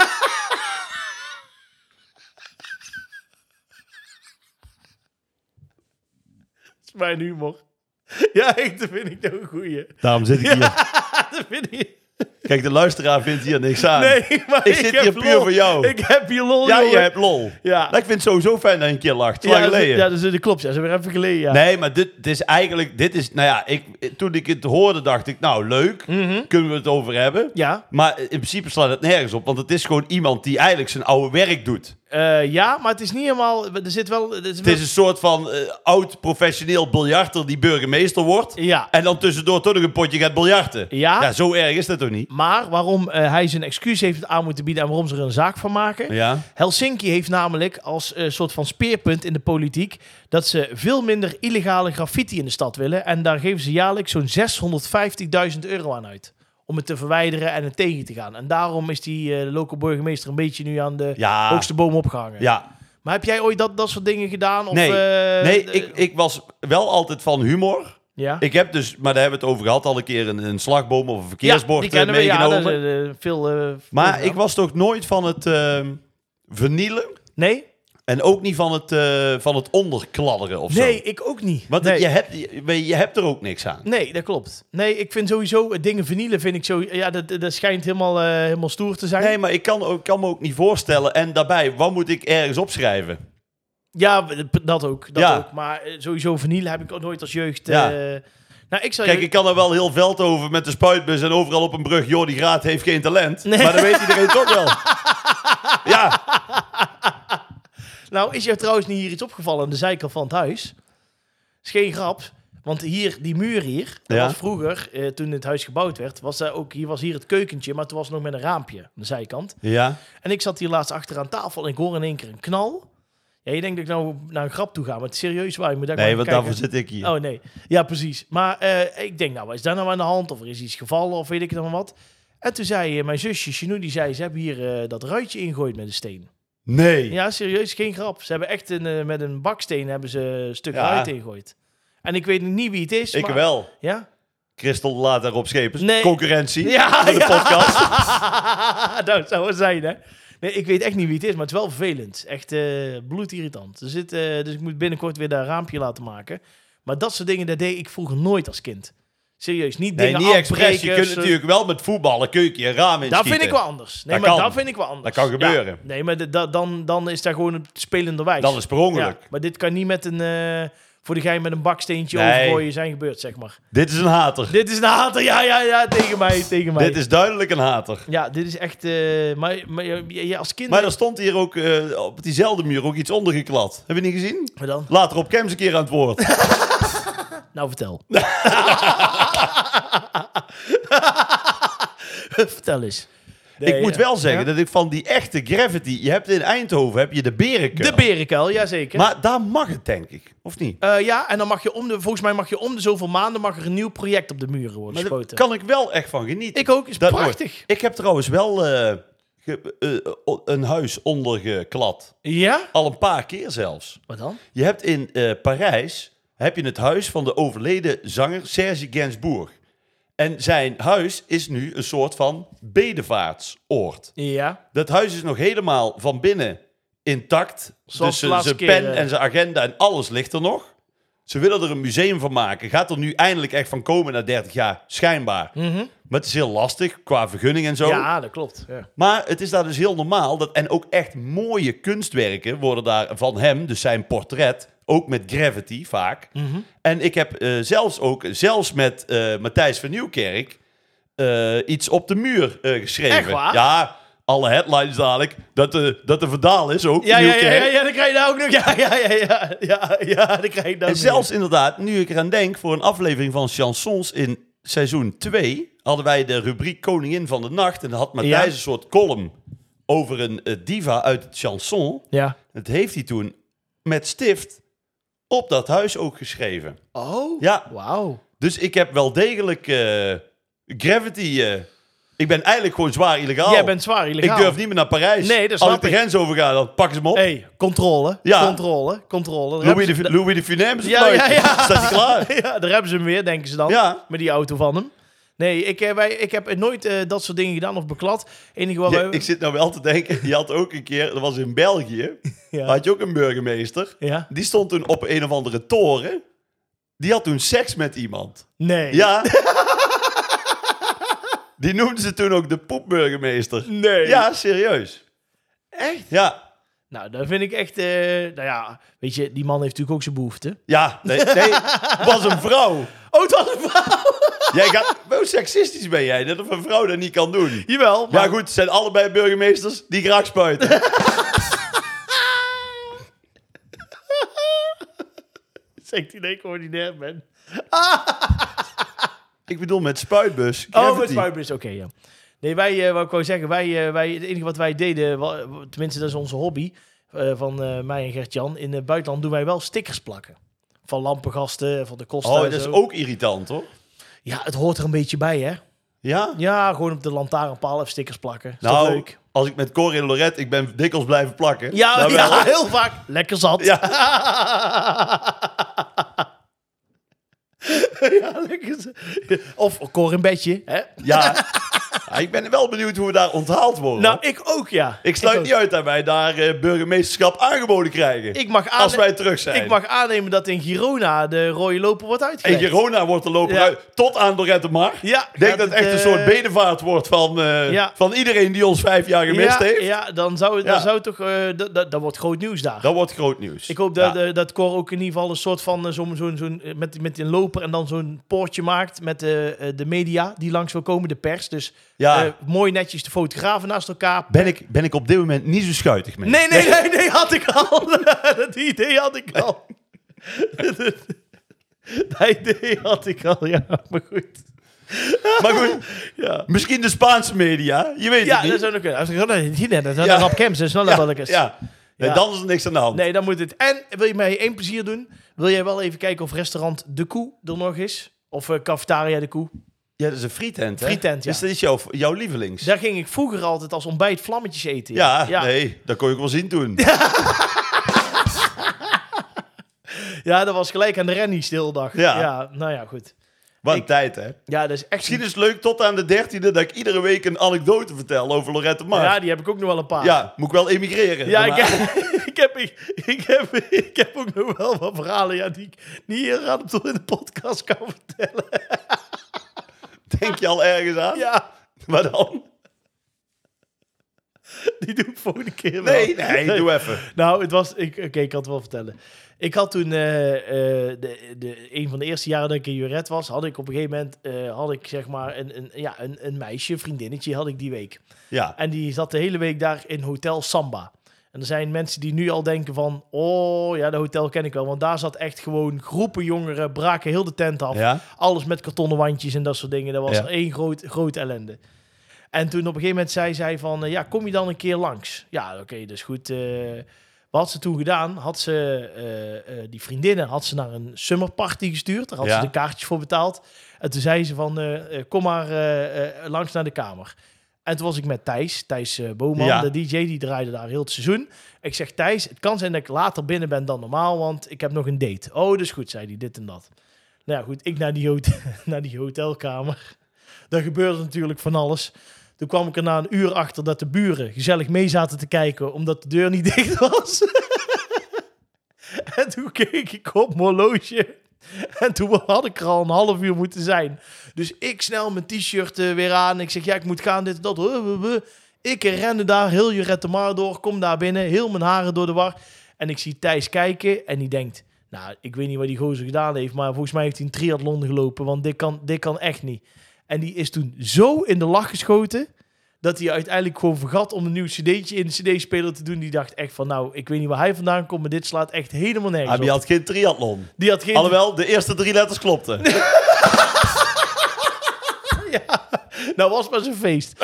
Dat is mijn humor. Ja, ik, dat vind ik nou een goeie. Daarom zit ik hier. Ja, dat vind ik... Kijk, de luisteraar vindt hier niks aan. Nee, maar ik, ik zit heb hier puur lol. voor jou. Ik heb hier lol, Ja, jongen. je hebt lol. Ja. Nou, ik vind het sowieso fijn dat je een keer lacht. Lang Ja, dat, geleden. ja, dat, dat klopt. Ja, ze hebben weer even geleden. Ja. Nee, maar dit, dit is eigenlijk... Dit is, nou ja, ik, toen ik het hoorde, dacht ik... Nou, leuk. Mm-hmm. Kunnen we het over hebben. Ja. Maar in principe slaat het nergens op. Want het is gewoon iemand die eigenlijk zijn oude werk doet. Uh, ja, maar het is niet helemaal... Er zit wel... Er is Het wel... is een soort van uh, oud professioneel biljarter die burgemeester wordt. Ja. En dan tussendoor toch nog een potje gaat biljarten. Ja. Ja, zo erg is dat toch niet? Maar waarom uh, hij zijn excuus heeft aan moeten bieden en waarom ze er een zaak van maken. Ja. Helsinki heeft namelijk als uh, soort van speerpunt in de politiek dat ze veel minder illegale graffiti in de stad willen. En daar geven ze jaarlijks zo'n zeshonderdvijftigduizend euro aan uit. Om het te verwijderen en het tegen te gaan. En daarom is die uh, lokale burgemeester een beetje nu aan de Ja. hoogste boom opgehangen. Ja. Maar heb jij ooit dat, dat soort dingen gedaan? Of, Nee, uh, nee de- ik, ik was wel altijd van humor. Ja, Ik heb dus, maar daar hebben we het over gehad, al een keer een, een slagboom of een verkeersbord ja, die uh, kennen we. Ja, meegenomen. dat is, uh, veel, uh, maar veel ik was toch nooit van het uh, vernielen Nee? en ook niet van het, uh, van het onderkladderen of Nee, zo. ik ook niet. Want nee. je, hebt, je, je hebt er ook niks aan. Nee, dat klopt. Nee, ik vind sowieso uh, dingen vernielen, vind ik zo... Ja, dat, dat schijnt helemaal, uh, helemaal stoer te zijn. Nee, maar ik kan, ook, kan me ook niet voorstellen. En daarbij, wat moet ik ergens opschrijven? Ja, dat ook. Dat Ja. ook. Maar uh, sowieso vernielen heb ik ook nooit als jeugd... Ja. Uh, nou, ik zou Kijk, je... ik kan er wel heel veld over met de spuitbus en overal op een brug. Joh, die Graat heeft geen talent. Nee. Maar dan weet iedereen toch wel. Ja. Nou, is jou trouwens niet hier iets opgevallen aan de zijkant van het huis? Is geen grap. Want hier, die muur hier, dat Ja. was vroeger, uh, toen het huis gebouwd werd, was daar ook, hier was hier het keukentje, maar toen was het nog met een raampje aan de zijkant. Ja. En ik zat hier laatst achter aan tafel en ik hoor in één keer een knal. Ja, je denkt dat ik nou naar een grap toe ga, maar het is serieus waar. Je moet daar Nee, gewoon want kijken. daarvoor zit ik hier. Oh nee, ja precies. Maar uh, ik denk, nou, wat is daar nou aan de hand? Of er is iets gevallen of weet ik dan wat. En toen zei uh, mijn zusje, Chinou, die zei, ze hebben hier uh, dat ruitje ingegooid met een steen. Nee. Ja, serieus, geen grap. Ze hebben echt een, uh, met een baksteen hebben ze een stuk Ja. ruit ingegooid. En ik weet niet wie het is. Ik maar... wel. Ja? Christel laat daarop schepen. Nee. Concurrentie. Ja, Voor de ja. podcast. Dat zou het zijn, hè? Nee, ik weet echt niet wie het is, maar het is wel vervelend. Echt uh, bloedirritant. Er zit, uh, dus ik moet binnenkort weer dat raampje laten maken. Maar dat soort dingen, dat deed ik vroeger nooit als kind. Serieus, niet Nee, dingen niet expres. Je afbreken, kunt zo- natuurlijk wel met voetballen, kun je een raam inschieten. Dat vind ik wel anders. Nee, Dat maar kan. dat vind ik wel anders. Dat kan gebeuren. Ja. Nee, maar de, da- dan, dan is daar gewoon een spelenderwijs. Dat is per ongeluk. Ja, maar dit kan niet met een... Uh, voor de gein met een baksteentje Nee. overgooien zijn gebeurd, zeg maar. Dit is een hater. Dit is een hater, ja, ja, ja, tegen mij, tegen mij. Dit is duidelijk een hater. Ja, dit is echt... Uh, maar maar ja, ja, als kind... Maar er stond hier ook uh, op diezelfde muur ook iets ondergeklad. Heb je niet gezien? Wat dan? Later op Kems een keer aan het woord. Nou, vertel. Vertel eens. Nee, ik moet ja. wel zeggen Ja? dat ik van die echte Gravity... Je hebt in Eindhoven heb je de berenkuil. De berenkuil, jazeker. Maar daar mag het, denk ik. Of niet? Uh, ja, en dan mag je om de... Volgens mij mag je om de zoveel maanden... mag er een nieuw project op de muren worden Maar geschoten. daar kan ik wel echt van genieten. Ik ook, is Dat prachtig. wordt- Ik heb trouwens wel uh, ge- uh, een huis ondergeklad. Ja? Al een paar keer zelfs. Wat dan? Je hebt in uh, Parijs heb je het huis van de overleden zanger Serge Gainsbourg. En zijn huis is nu een soort van bedevaartsoord. Ja. Dat huis is nog helemaal van binnen intact. Zoals dus de zijn laatste zijn keer, pen eh. en zijn agenda en alles ligt er nog. Ze willen er een museum van maken. Gaat er nu eindelijk echt van komen na dertig jaar, schijnbaar. Mm-hmm. Maar het is heel lastig qua vergunning en zo. Ja, dat klopt. Ja. Maar het is daar dus heel normaal. Dat, en ook echt mooie kunstwerken worden daar van hem, dus zijn portret, ook met Gravity vaak. Mm-hmm. En ik heb uh, zelfs ook, zelfs met uh, Matthijs van Nieuwkerk, uh, iets op de muur uh, geschreven. Echt waar? Ja, alle headlines dadelijk. Dat de, dat de verdaal is ook. Ja, ja, ja, Nieuwkerk. ja, ja, dan krijg je daar ook nog... Ja, ja, ja, ja, ja, ja, dan krijg je daar En ook zelfs nog. inderdaad, nu ik eraan denk, voor een aflevering van Chansons in seizoen twee... hadden wij de rubriek Koningin van de Nacht. En dan had Matthijs Ja. een soort column over een uh, diva uit het chanson. Ja. Dat heeft hij toen met stift op dat huis ook geschreven. Oh, Ja, wauw. dus ik heb wel degelijk uh, Gravity... Uh, ik ben eigenlijk gewoon zwaar illegaal. Jij bent zwaar illegaal. Ik durf niet meer naar Parijs. Nee, dat Als snap ik de ik. grens overga, dan pakken ze me op. Hey, controle. Ja. Controle, controle. Daar Louis, hebben de, ze- Louis de Funès is Ja, ja, ja. Staat hij klaar? Ja, daar hebben ze hem weer, denken ze dan. Ja. Met die auto van hem. Nee, ik, eh, wij, ik heb nooit eh, dat soort dingen gedaan of beklad. Enige wat Ja, wij... ik zit nou wel te denken, je had ook een keer, dat was in België, Ja. had je ook een burgemeester. Ja? Die stond toen op een of andere toren. Die had toen seks met iemand. Nee. Ja. Die noemden ze toen ook de poepburgemeester. Nee. Ja, serieus. Echt? Ja. Nou, dat vind ik echt... eh, nou ja, weet je, die man heeft natuurlijk ook zijn behoeften. Ja, nee, nee, het was een vrouw. Oh, het was een vrouw! Jij gaat, hoe seksistisch ben jij, dat een vrouw dat niet kan doen? Jawel, maar... Ja goed, het zijn allebei burgemeesters die graag spuiten. Zegt hij dat ik ordinair ben. Ik bedoel met spuitbus. Oh, Gravity. met spuitbus, oké, ja. Nee, wij, uh, wat ik wou zeggen, wij, uh, wij, het enige wat wij deden, wa- tenminste dat is onze hobby, uh, van uh, mij en Gert-Jan, in het buitenland doen wij wel stickers plakken. Van lampengasten, van de kosten Oh, en dat is zo. ook irritant, hoor. Ja, het hoort er een beetje bij, hè. Ja? Ja, gewoon op de lantaarnpaal even stickers plakken. Is toch Nou, leuk? als ik met Corrie en Lorette, ik ben dikwijls blijven plakken. Ja, Nou, wel. ja, heel vaak. Lekker zat. Ja. Ja, lekker zat. Of koor in bedje, hè. Ja. Ja, ik ben wel benieuwd hoe we daar onthaald worden. Nou, ik ook, ja. ik sluit ook. niet uit dat wij daar uh, burgemeesterschap aangeboden krijgen. Ik mag, als aane- wij terug zijn. ik mag aannemen dat in Girona de rode loper wordt En uitgelegd. Girona wordt de loper Ja. uit tot aan Lorette Mar. Ja, Ik denk gaat dat het echt eh, een soort bedevaart wordt van, uh, ja. van iedereen die ons vijf jaar gemist ja, heeft. Ja, dan zou, dan Ja. zou toch... uh, dat, dat, dat wordt groot nieuws daar. Dat wordt groot nieuws. Ik hoop dat, Ja. uh, dat Cor ook in ieder geval een soort van... Uh, zo'n, zo'n, zo'n, uh, met, met een loper en dan zo'n poortje maakt met uh, uh, de media die langs wil komen, de pers. Dus Ja. uh, mooi netjes de fotografen naast elkaar. ben, ik, ben ik op dit moment niet zo schuitig mee. Nee, nee, nee, nee, had ik al. Dat idee had ik al. Dat idee had ik al, ja, maar goed. Maar goed, Ja, misschien de Spaanse media. Je weet ja het niet. dat zou nog kunnen. Als ik dat niet net, dat is Ja. een rap camps, dat is wel ja, wel eens. ja. Nee, Ja. dan is er niks aan de hand. Nee, dan moet het. En wil je mij één plezier doen? Wil jij wel even kijken of restaurant De Koe er nog is? Of uh, cafetaria De Koe? Ja, dat is een frietent, hè? Frietent, ja. Dus dat is jouw, jouw lievelings. Daar ging ik vroeger altijd als ontbijt vlammetjes eten. Ja, ja. nee, dat kon je ook wel zien toen. Ja, dat was gelijk aan de rennies de hele dag. Ja. ja, nou ja, goed. Wat een Ik- tijd, hè? Ja, dat is echt... Misschien is het leuk tot aan de dertiende dat ik iedere week een anekdote vertel over Lorette Mar. Ja, Ja, die heb ik ook nog wel een paar. moet ik wel emigreren. Ja, ik daarna. heb, ik, heb, ik, ik, heb, ik heb ook nog wel wat verhalen ja, die ik niet hier aan in de podcast kan vertellen. Denk je al ergens aan? Ja, Maar dan? Die doe ik volgende keer wel. Nee, nee, doe even. Nou, het was... Oké, okay, ik kan het wel vertellen. Ik had toen... Uh, uh, de, de, een van de eerste jaren dat ik in Juret was... had ik op een gegeven moment... Uh, had ik zeg maar een, een, ja, een, een meisje, een vriendinnetje... had ik die week. Ja. En die zat de hele week daar in Hotel Samba. En er zijn mensen die nu al denken van... oh, ja, dat hotel ken ik wel. Want daar zat echt gewoon groepen jongeren... braken heel de tent af. Ja. Alles met kartonnen wandjes en dat soort dingen. Dat was Ja. er één groot, groot ellende. En toen op een gegeven moment zei zij van... Uh, ja, kom je dan een keer langs? Ja, oké, okay, dus goed... Uh, wat had ze toen gedaan? Had ze uh, uh, die vriendinnen had ze naar een summerparty gestuurd. Daar had ja. ze de kaartjes voor betaald. En toen zei ze van, uh, uh, kom maar uh, uh, langs naar de kamer. En toen was ik met Thijs, Thijs uh, Boman, ja. de D J, die draaide daar heel het seizoen. Ik zeg, Thijs, het kan zijn dat ik later binnen ben dan normaal, want ik heb nog een date. Oh, dus goed, zei hij, dit en dat. Nou ja, goed, ik naar die, hotel, naar die hotelkamer. Daar gebeurde natuurlijk van alles. Toen kwam ik er na een uur achter dat de buren gezellig mee zaten te kijken, omdat de deur niet dicht was. En toen keek ik op mijn horloge. En toen had ik er al een half uur moeten zijn. Dus ik snel mijn t-shirt uh, weer aan. Ik zeg, ja, ik moet gaan, dit en dat. Ik rende daar heel Juret de Mar door. Kom daar binnen, heel mijn haren door de war. En ik zie Thijs kijken en die denkt... Nou, ik weet niet wat die gozer gedaan heeft... maar volgens mij heeft hij een triathlon gelopen... want dit kan, dit kan echt niet. En die is toen zo in de lach geschoten... dat hij uiteindelijk gewoon vergat om een nieuw cd'tje in de cd-speler te doen. Die dacht echt van, nou, ik weet niet waar hij vandaan komt... maar dit slaat echt helemaal nergens Ah, die op. had geen triathlon. Die had geen... Alhoewel, de eerste drie letters klopten. Ja, nou was maar zijn feest.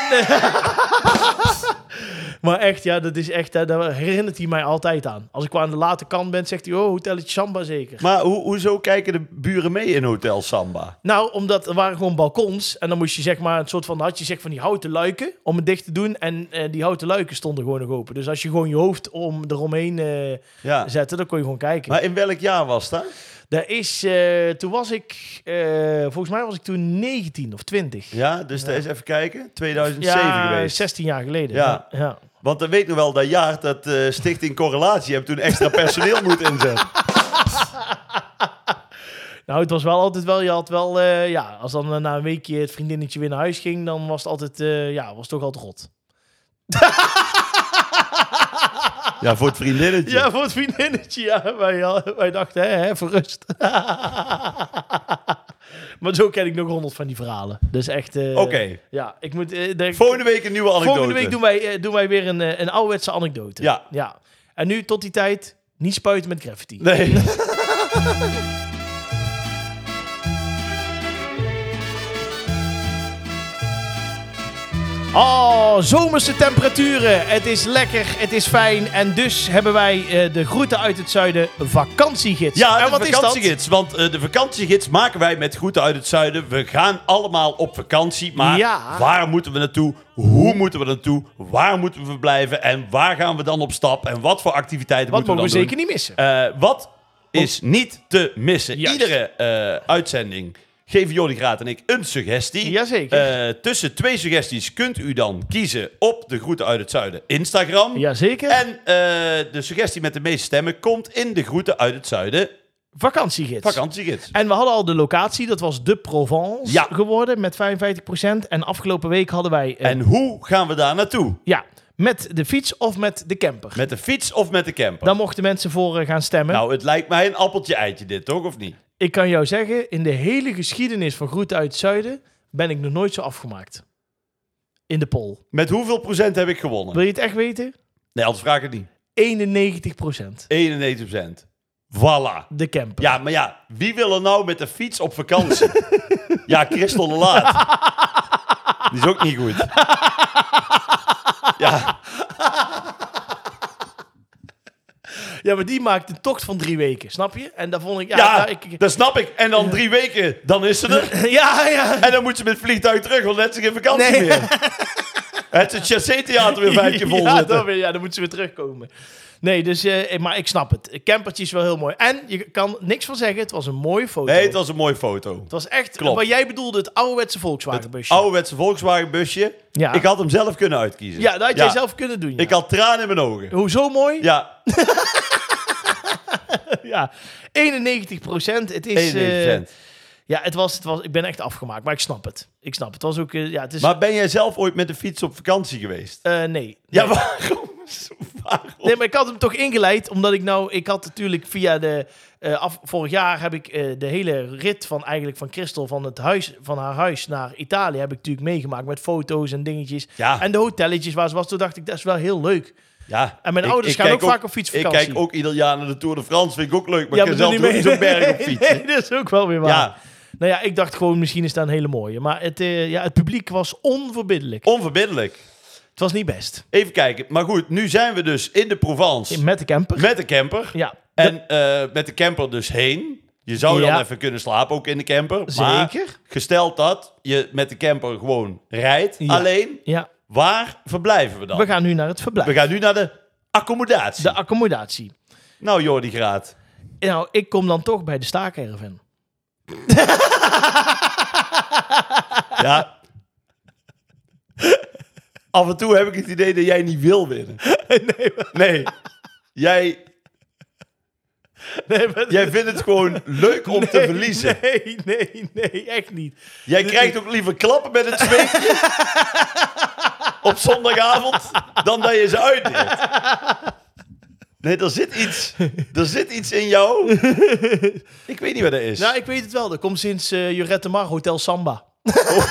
Maar echt, ja, dat is echt, hè, daar herinnert hij mij altijd aan. Als ik aan de late kant ben, zegt hij, oh, hotelletje Samba zeker. Maar ho- hoezo kijken de buren mee in Hotel Samba? Nou, omdat er waren gewoon balkons. En dan moest je zeg maar een soort van, had je zeg van die houten luiken om het dicht te doen. En uh, die houten luiken stonden gewoon nog open. Dus als je gewoon je hoofd om eromheen uh, Ja. zette, dan kon je gewoon kijken. Maar in welk jaar was dat? Daar is, uh, toen was ik, uh, volgens mij was ik toen negentien of twintig. Ja, dus Ja. daar eens even kijken. tweeduizend zeven Ja, geweest. zestien jaar geleden. Ja. Ja. Ja. Want dan weet ik nog wel dat jaar dat uh, Stichting Correlatie heb toen extra personeel moeten inzetten. Nou, het was wel altijd wel, je had wel, uh, ja, als dan uh, na een weekje het vriendinnetje weer naar huis ging, dan was het altijd, uh, ja, was het toch altijd rot. Ja, voor het vriendinnetje. Ja, voor het vriendinnetje, ja. Wij, uh, wij dachten, hè, hè verrust. Maar zo ken ik nog honderd van die verhalen. Dus echt... Uh, Oké. Okay. Ja, ik moet... Uh, denk, volgende week een nieuwe anekdote. Volgende week doen wij, uh, doen wij weer een, uh, een ouderwetse anekdote. Ja. Ja. En nu, tot die tijd, niet spuiten met graffiti. Nee. Oh, zomerse temperaturen. Het is lekker, het is fijn. En dus hebben wij uh, de Groeten uit het Zuiden vakantiegids. Ja, en de wat vakantiegids. is dat? Want uh, de vakantiegids maken wij met Groeten uit het Zuiden. We gaan allemaal op vakantie. Maar ja. waar moeten we naartoe? Hoe moeten we naartoe? Waar moeten we verblijven? En waar gaan we dan op stap? En wat voor activiteiten wat moeten we dan doen? Wat mogen we zeker doen? niet missen? Uh, wat is niet te missen? Juist. Iedere uh, uitzending geven Jordi Graat en ik een suggestie. Jazeker. Uh, tussen twee suggesties kunt u dan kiezen op de Groeten uit het Zuiden Instagram. Jazeker. En uh, de suggestie met de meeste stemmen komt in de Groeten uit het Zuiden vakantiegids. vakantiegids. En we hadden al de locatie, dat was de Provence ja. geworden met vijfenvijftig procent. En afgelopen week hadden wij... Uh, en hoe gaan we daar naartoe? Ja, met de fiets of met de camper? Met de fiets of met de camper? Daar mochten mensen voor uh, gaan stemmen. Nou, het lijkt mij een appeltje-eitje dit, toch? Of niet? Ik kan jou zeggen, in de hele geschiedenis van Groeten uit het Zuiden ben ik nog nooit zo afgemaakt. In de poll. Met hoeveel procent heb ik gewonnen? Wil je het echt weten? Nee, anders vraag ik het niet. eenennegentig procent. eenennegentig procent. Voilà. De camper. Ja, maar ja, wie wil er nou met de fiets op vakantie? Ja, Christel de Laat. Die is ook niet goed. Ja. Ja, maar die maakt een tocht van drie weken, snap je? En daar vond ik... Ja, Ja, nou, ik, dat snap ik. En dan drie weken, dan is ze er. ja, ja. En dan moet ze met vliegtuig terug, want dan heeft ze geen vakantie Nee. meer. Het is het Chassé-theater weer vijf keer vol ja, zitten. dan weer, ja, dan moeten ze weer terugkomen. Nee, dus, uh, maar ik snap het. Een campertje is wel heel mooi. En je kan niks van zeggen, het was een mooie foto. Nee, het was een mooie foto. Het was echt, Klopt. wat jij bedoelde, het ouderwetse Volkswagenbusje. Het ouderwetse Volkswagen-busje. Ja. Ik had hem zelf kunnen uitkiezen. Ja, dat had jij zelf kunnen doen. Ja. Ik had tranen in mijn ogen. Hoezo mooi? Ja. Ja, eenennegentig procent. Het is... eenennegentig procent. Uh, Ja, het was, het was, ik ben echt afgemaakt, maar ik snap het. Ik snap het. Het was ook, uh, ja, het is... Maar ben jij zelf ooit met de fiets op vakantie geweest? Uh, nee. Ja, nee. waarom? waarom? Nee, maar ik had hem toch ingeleid, omdat ik nou... Ik had natuurlijk via de... Uh, af, vorig jaar heb ik uh, de hele rit van eigenlijk van Christel van het huis, van haar huis naar Italië heb ik natuurlijk meegemaakt met foto's en dingetjes. Ja. En de hotelletjes waar ze was, toen dacht ik, dat is wel heel leuk. Ja. En mijn ik, ouders ik gaan ook, ook vaak op fietsvakantie. Ik kijk ook ieder jaar naar de Tour de France, vind ik ook leuk. Maar ja, ik kan zelf niet ook mee. zo'n berg op fietsen. Nee, dat is ook wel weer waar. Ja. Nou ja, ik dacht gewoon, misschien is dat een hele mooie. Maar het, uh, ja, het publiek was onverbiddelijk. Onverbiddelijk. Het was niet best. Even kijken. Maar goed, nu zijn we dus in de Provence. Met de camper. Met de camper. Ja. En uh, met de camper dus heen. Je zou dan ja. even kunnen slapen, ook in de camper. Zeker. Maar gesteld dat je met de camper gewoon rijdt, Ja. alleen, Ja. waar verblijven we dan? We gaan nu naar het verblijf. We gaan nu naar de accommodatie. De accommodatie. Nou, Jordi Graat. Nou, ik kom dan toch bij de staakerven. Ja. Af en toe heb ik het idee dat jij niet wil winnen. Nee, maar... Nee. Jij... Nee, maar... Jij vindt het gewoon leuk om nee, te verliezen. Nee, nee, nee, echt niet. Jij krijgt ook liever klappen met het zweepje op zondagavond dan dat je ze uitdeelt. Nee, er zit iets. Er zit iets in jou. Ik weet niet wat dat is. Nou, ik weet het wel. Dat komt sinds uh, Jurette Mar, Hotel Samba. Oh.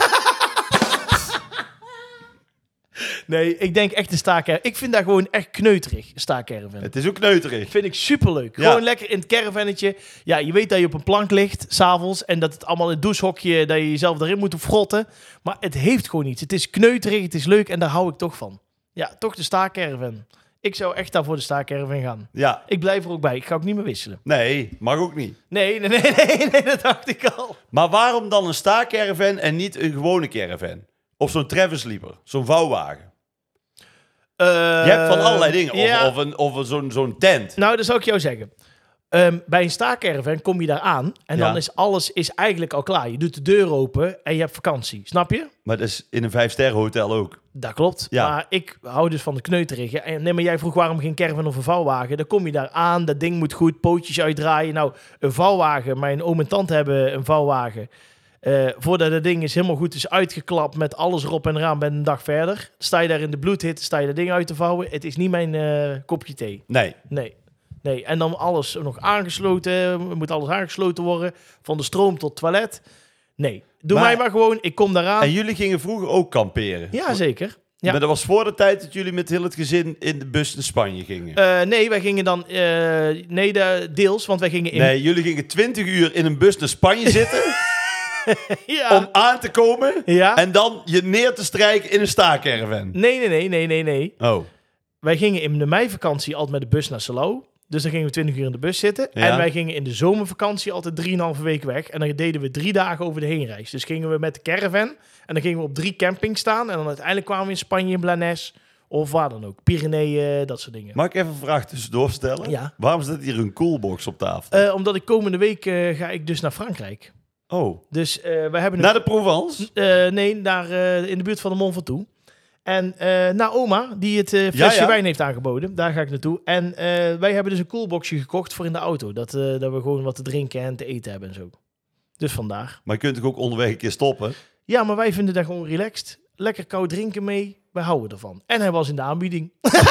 Nee, ik denk echt de staakerven. Ik vind dat gewoon echt kneuterig, staakerven. Het is ook kneuterig. Vind ik superleuk. Ja. Gewoon lekker in het caravannetje. Ja, je weet dat je op een plank ligt, s'avonds. En dat het allemaal in het douchehokje, dat je jezelf erin moet frotten. Maar het heeft gewoon iets. Het is kneuterig, het is leuk en daar hou ik toch van. Ja, toch de staakerven. Ik zou echt daar voor de staakerven gaan. Ja. Ik blijf er ook bij. Ik ga ook niet meer wisselen. Nee, mag ook niet. Nee, nee, nee, nee, nee, dat dacht ik al. Maar waarom dan een staakerven en niet een gewone caravan? Of zo'n Travis Lieber, zo'n vouwwagen. Uh, Je hebt van allerlei dingen. Of, ja. of, een, of een, zo'n, zo'n tent. Nou, dat zou ik jou zeggen. Um, bij een staakerven kom je daar aan en Ja. dan is alles is eigenlijk al klaar. Je doet de deur open en je hebt vakantie. Snap je? Maar dat is in een vijfsterren hotel ook. Dat klopt. Ja. Maar ik hou dus van de kneuterige. En nee, maar jij vroeg waarom geen caravan of een vouwwagen. Dan kom je daar aan, dat ding moet goed, pootjes uitdraaien. Nou, een vouwwagen. Mijn oom en tante hebben een vouwwagen. Uh, voordat dat ding is helemaal goed is uitgeklapt met alles erop en eraan, ben een dag verder. Sta je daar in de bloedhitte, sta je dat ding uit te vouwen. Het is niet mijn uh, kopje thee. Nee. Nee. Nee. En dan alles nog aangesloten. Moet alles aangesloten worden. Van de stroom tot toilet. Nee. Doe Maar- mij maar gewoon. Ik kom daaraan. En jullie gingen vroeger ook kamperen. Ja, zeker. Ja. Maar dat was voor de tijd dat jullie met heel het gezin in de bus naar Spanje gingen. Uh, nee, wij gingen dan... Uh, nee, de, deels, want wij gingen in... Nee, jullie gingen twintig uur in een bus naar Spanje zitten ja. om aan te komen ja. en dan je neer te strijken in een staakerven. Nee, nee, nee, nee, nee, nee. Oh. Wij gingen in de meivakantie altijd met de bus naar Salou. Dus dan gingen we twintig uur in de bus zitten. Ja. En wij gingen in de zomervakantie altijd drieënhalve week weg. En dan deden we drie dagen over de heenreis. Dus gingen we met de caravan. En dan gingen we op drie campings staan. En dan uiteindelijk kwamen we in Spanje, in Blanes. Of waar dan ook. Pyreneeën, dat soort dingen. Mag ik even een vraag tussendoor stellen? Ja. Waarom staat hier een coolbox op tafel? Uh, omdat ik komende week uh, ga ik dus naar Frankrijk. Oh. Dus uh, we hebben... Naar de Provence? Uh, nee, naar, uh, in de buurt van de Mont Ventoux. En uh, naar oma, die het uh, flesje Ja, ja. wijn heeft aangeboden. Daar ga ik naartoe. En uh, wij hebben dus een coolboxje gekocht voor in de auto. Dat, uh, dat we gewoon wat te drinken en te eten hebben en zo. Dus vandaar. Maar je kunt toch ook onderweg een keer stoppen? Ja, maar wij vinden dat gewoon relaxed. Lekker koud drinken mee. Wij houden ervan. En hij was in de aanbieding.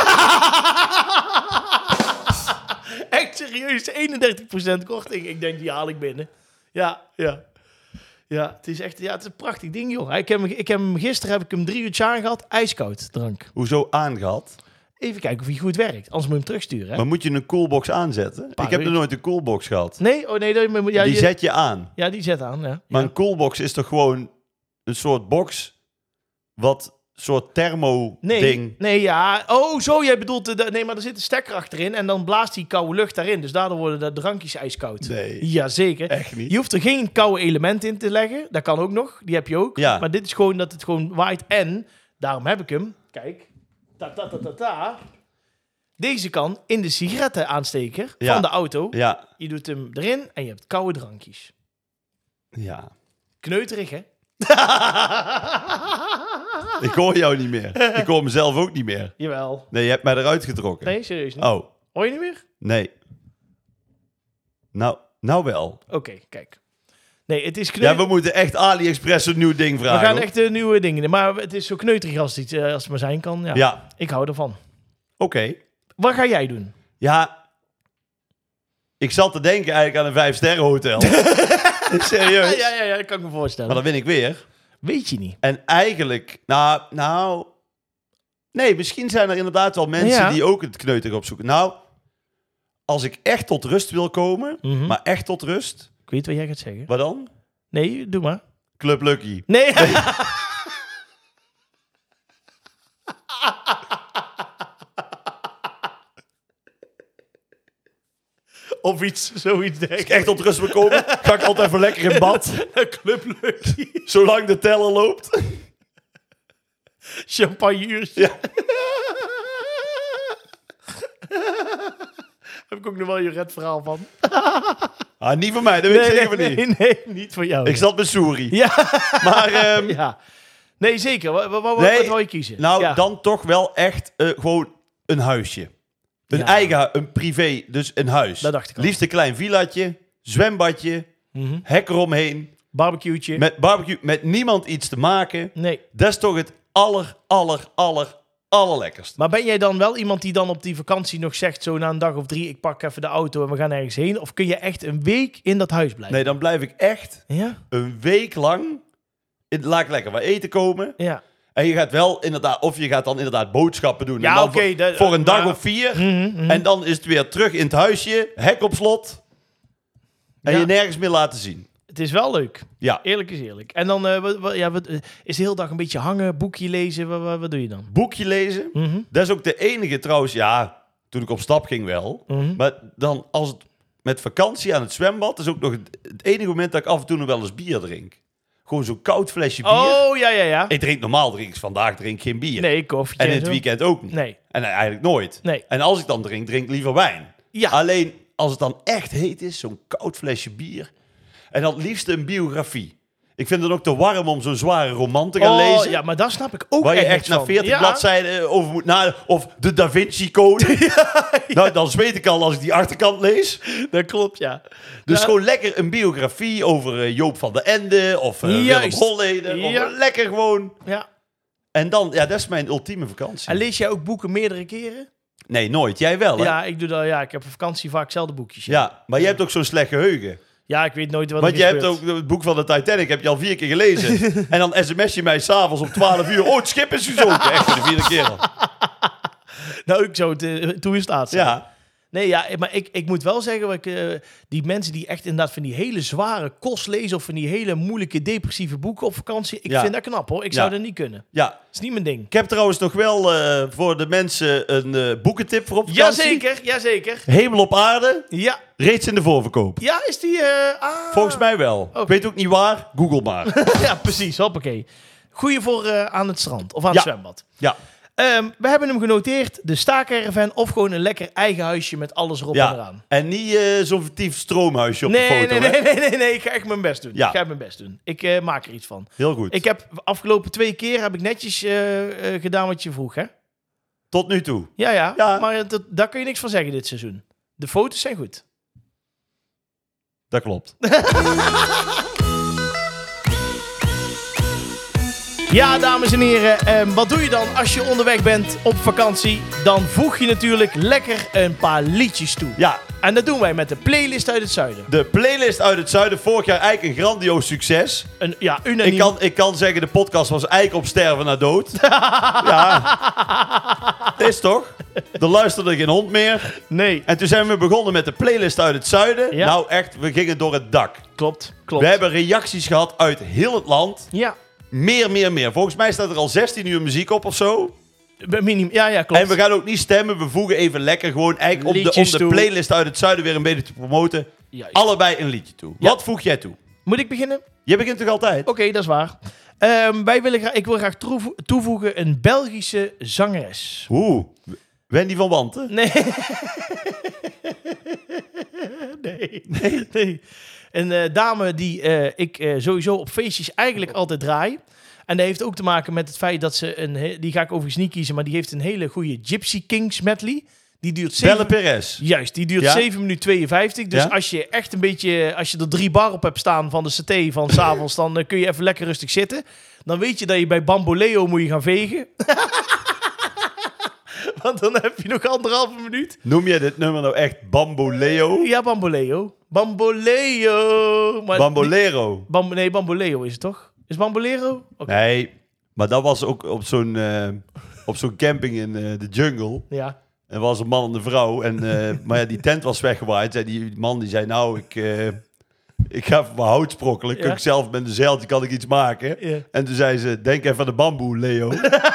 Echt serieus, eenendertig procent korting. Ik denk, die haal ik binnen. Ja, ja. Ja, het is echt ja, het is een prachtig ding, joh. Ik heb, hem, ik heb hem gisteren heb ik hem drie uurtjes aangehad. Ijskoud drank. Hoezo aangehad? Even kijken of hij goed werkt. Anders moet je hem terugsturen. Hè? Maar moet je een coolbox aanzetten? Paar Ik heb nog uur. nooit een coolbox gehad. Nee, oh nee, dat, ja, Die je- zet je aan. ja, die zet aan. Ja. Maar Ja. een coolbox is toch gewoon een soort box wat soort thermo Nee, ding. nee, ja. Oh, zo, jij bedoelt... De, de- nee, maar er zit een stekker achterin en dan blaast die koude lucht daarin. Dus daardoor worden de drankjes ijskoud. Nee, Jazeker. echt niet. Je hoeft er geen koude element in te leggen. Dat kan ook nog. Die heb je ook. Ja. Maar dit is gewoon dat het gewoon waait. En daarom heb ik hem. Kijk. Ta ta ta ta ta. Deze kan in de sigarettenaansteker Ja. van de auto. Ja, Je doet hem erin en je hebt koude drankjes. ja. Kneuterig, hè? Ik hoor jou niet meer. Ik hoor mezelf ook niet meer. Jawel. Nee, je hebt mij eruit getrokken. Nee, serieus niet. Oh, Hoor je niet meer? nee. Nou, nou wel. Oké, kijk. Nee, het is Ja, kneuterig. we moeten echt AliExpress een nieuw ding We vragen. gaan hoor. echt uh, nieuwe dingen doen. Maar het is zo kneuterig als het, uh, als het maar zijn kan. Ja. Ja, Ik hou ervan. oké. Okay. Wat ga jij doen? Ja, ik zat te denken eigenlijk aan een vijf-sterren hotel. Serieus? Ja, ja, ja, dat kan ik me voorstellen. Maar dan win ik weer. Weet je niet. En eigenlijk, nou, nou... Nee, misschien zijn er inderdaad wel mensen Ja. die ook het kneuterig opzoeken. Nou, als ik echt tot rust wil komen, Mm-hmm. maar echt tot rust, Ik weet wat jij gaat zeggen. wat dan? Nee, doe maar. Club Lucky. Nee. Of iets, zoiets denk Als ik echt tot rust wil komen, ga ik altijd even lekker in bad. Club Lucky. Zolang de teller loopt. Champagne uurtje. Ja. Heb ik ook nog wel je red verhaal van. Ah, niet van mij, dat weet ik zeker van nee, niet. nee, nee, niet voor jou. Ik zat met Soeri. Ja. Maar, ehm, ja. Nee, zeker. Wat, wat, wat, Nee, wat wil je kiezen? nou, ja. dan toch wel echt uh, gewoon een huisje. Een Ja. eigen, hu- een privé, dus een huis. Dat dacht ik al. Liefst een klein villaatje, zwembadje, Mhm. hek eromheen, Barbecue'tje. met barbecue, met niemand iets te maken. Nee. Dat is toch het aller, aller, aller, allerlekkerst. Maar ben jij dan wel iemand die dan op die vakantie nog zegt, zo na een dag of drie, ik pak even de auto en we gaan ergens heen? Of kun je echt een week in dat huis blijven? Nee, dan blijf ik echt Ja? een week lang, in, laat ik lekker wat eten komen. Ja. En je gaat wel inderdaad, of je gaat dan inderdaad boodschappen doen. Ja, En dan oké, voor, dat- voor een dag maar- of vier. Mhm, mhm. En dan is het weer terug in het huisje, hek op slot. En Ja. je nergens meer laten zien. Het is wel leuk. Ja, Eerlijk is eerlijk. En dan eh, wat, wat- ja, wat, eh, is de hele dag een beetje hangen, boekje lezen. Wat, wat, wat doe je dan? boekje lezen. Mhm, Dat is ook de enige trouwens, ja, toen ik op stap ging wel. mhm. Maar dan als het met vakantie aan het zwembad, is ook nog het, het enige moment dat ik af en toe nog wel eens bier drink. Gewoon zo'n koud flesje bier. Oh, ja, ja, ja. Ik drink normaal, drink ik vandaag drink ik geen bier. Nee, koffie. En in het weekend ook niet. Nee, En eigenlijk nooit. nee. En als ik dan drink, drink ik liever wijn. Ja. Alleen als het dan echt heet is, zo'n koud flesje bier. En dan het liefst een biografie. Ik vind het ook te warm om zo'n zware roman te gaan Oh, lezen. ja, maar daar snap ik ook Waar je echt echt niks na van. veertig Ja. bladzijden over moet nadenken. Of de Da Vinci Code. Nou, dan zweet ik al als ik die achterkant lees. Dat klopt, ja. Dus Ja. gewoon lekker een biografie over eh, Joop van der Ende. Of uh, Willem Juist. Holleder. Ja. Of lekker gewoon. Ja. En dan, ja, dat is mijn ultieme vakantie. En lees jij ook boeken meerdere keren? Nee, nooit. Jij wel, hè? Ja, ik doe dat. Ja, ik heb op vakantie vaak zelfde boekjes. Ja, maar jij hebt ook zo'n slecht geheugen. Ja, ik weet nooit wat Want er je hebt gebeurt. ook het boek van de Titanic, heb je al vier keer gelezen. En dan sms je mij s'avonds om twaalf uur. Oh, het schip is gezonken. Echt voor de vierde keer al. Nou, ik zou het uh, toe in staat zijn. Ja, Nee, ja, maar ik, ik moet wel zeggen, wat ik, uh, die mensen die echt inderdaad van die hele zware kost lezen of van die hele moeilijke depressieve boeken op vakantie, ik Ja. vind dat knap hoor. Ik Ja. zou dat niet kunnen. ja. Dat is niet mijn ding. Ik heb trouwens nog wel uh, voor de mensen een uh, boekentip voor op vakantie. Jazeker, jazeker. Hemel op aarde, Ja, reeds in de voorverkoop. ja is die... uh, ah. Volgens mij wel. Oké. Ik weet ook niet waar, google maar. Ja, precies, hoppakee. Goeie voor uh, aan het strand of aan het Ja. zwembad. Ja, Um, we hebben hem genoteerd, de staakerven of gewoon een lekker eigen huisje met alles erop en ja. eraan. En niet uh, zo'n fictief stroomhuisje op Nee, de foto. nee, hè? nee, nee, nee, nee, ik ga echt mijn best doen. Ja. Ik ga mijn best doen. Ik uh, maak er iets van. Heel goed. Ik heb afgelopen twee keer heb ik netjes uh, uh, gedaan wat je vroeg, hè? Tot nu toe. Ja, ja, Ja. maar dat, daar kun je niks van zeggen dit seizoen. De foto's zijn goed. Dat klopt. Ja, dames en heren, um, wat doe je dan als je onderweg bent op vakantie? Dan voeg je natuurlijk lekker een paar liedjes toe. Ja, En dat doen wij met de playlist uit het zuiden. de playlist uit het zuiden. Vorig jaar eigenlijk een grandioos succes. Een, ja, unaniem. Ik kan, ik kan zeggen, de podcast was eigenlijk op sterven naar dood. Ja. Het is toch? Er luisterde geen hond meer. Nee, En toen zijn we begonnen met de playlist uit het zuiden. Ja. Nou echt, we gingen door het dak. klopt, klopt. We hebben reacties gehad uit heel het land. Ja, Meer, meer, meer. Volgens mij staat er al zestien uur muziek op of zo. minim, ja, ja, klopt. En we gaan ook niet stemmen. We voegen even lekker gewoon eigenlijk om de, om Liedjes de toe. playlist uit het zuiden weer een beetje te promoten. Juist. Allebei een liedje toe. Ja. Wat voeg jij toe? Moet ik beginnen? Je begint toch altijd? Oké, dat is waar. Um, wij willen graag, ik wil graag toevo- toevoegen een Belgische zangeres. Oeh, Wendy van Wanten? Nee. nee. Nee. nee. Een uh, dame die uh, ik uh, sowieso op feestjes eigenlijk altijd draai. En dat heeft ook te maken met het feit dat ze een... He- die ga ik overigens niet kiezen, maar die heeft een hele goede Gypsy Kings medley. Die duurt zeven... Belle Perez. Juist, die duurt Ja? zeven minuten tweeënvijftig. Dus Ja? als je echt een beetje... Als je er drie bar op hebt staan van de saté van 's avonds... dan uh, kun je even lekker rustig zitten. Dan weet je dat je bij Bamboleo moet je gaan vegen. Want dan heb je nog anderhalve minuut. Noem je dit nummer nou echt Bamboleo? Ja, Bamboleo. Bamboleo. Maar Bambolero. die- Bam, nee, Bamboleo is het toch? Is Bambolero? Oké. Nee, maar dat was ook op zo'n, uh, op zo'n camping in uh, de jungle. Ja. Er was een man en een vrouw. En, uh, maar ja, die tent was weggewaaid. En die man die zei, nou, ik, uh, ik ga even mijn hout sprokkelen. Kun Ja. ik zelf met een zeiltje kan ik iets maken. Ja. En toen zei ze, denk even aan de bamboe, Leo.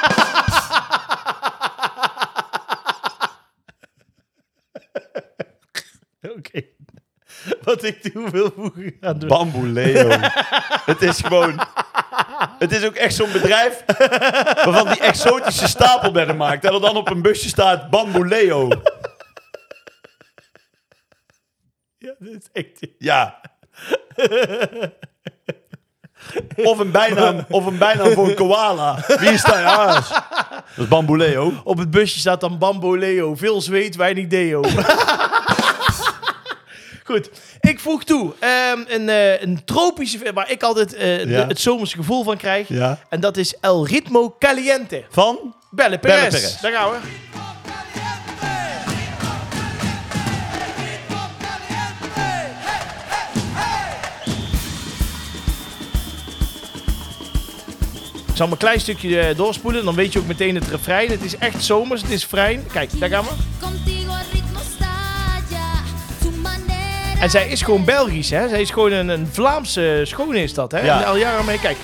Oké. Wat ik toe wil voegen aan doen. Bamboe, Leo. Het is gewoon... Het is ook echt zo'n bedrijf waarvan die exotische stapelbedden maakt. En er dan op een busje staat Bamboe Leo. Ja, dit is echt... Ja. Of een bijnaam, of een bijnaam voor een koala. Wie is dat? Ja, dat is- dat is Bamboe Leo. Op het busje staat dan Bamboleo. Veel zweet, weinig deo. Goed, ik voeg toe um, een, uh, een tropische... waar ik altijd uh, Ja. de, het zomerse gevoel van krijg. Ja. En dat is El Ritmo Caliente. Van? Belle Perez. Belle Perez. Daar gaan we. Ik zal hem een klein stukje uh, doorspoelen. Dan weet je ook meteen het refrein. Het is echt zomers. Het is vrij. Kijk, daar gaan we. En zij is gewoon Belgisch, hè? Zij is gewoon een, een Vlaamse schone is dat, hè? Ja. En al jaren mee, kijk.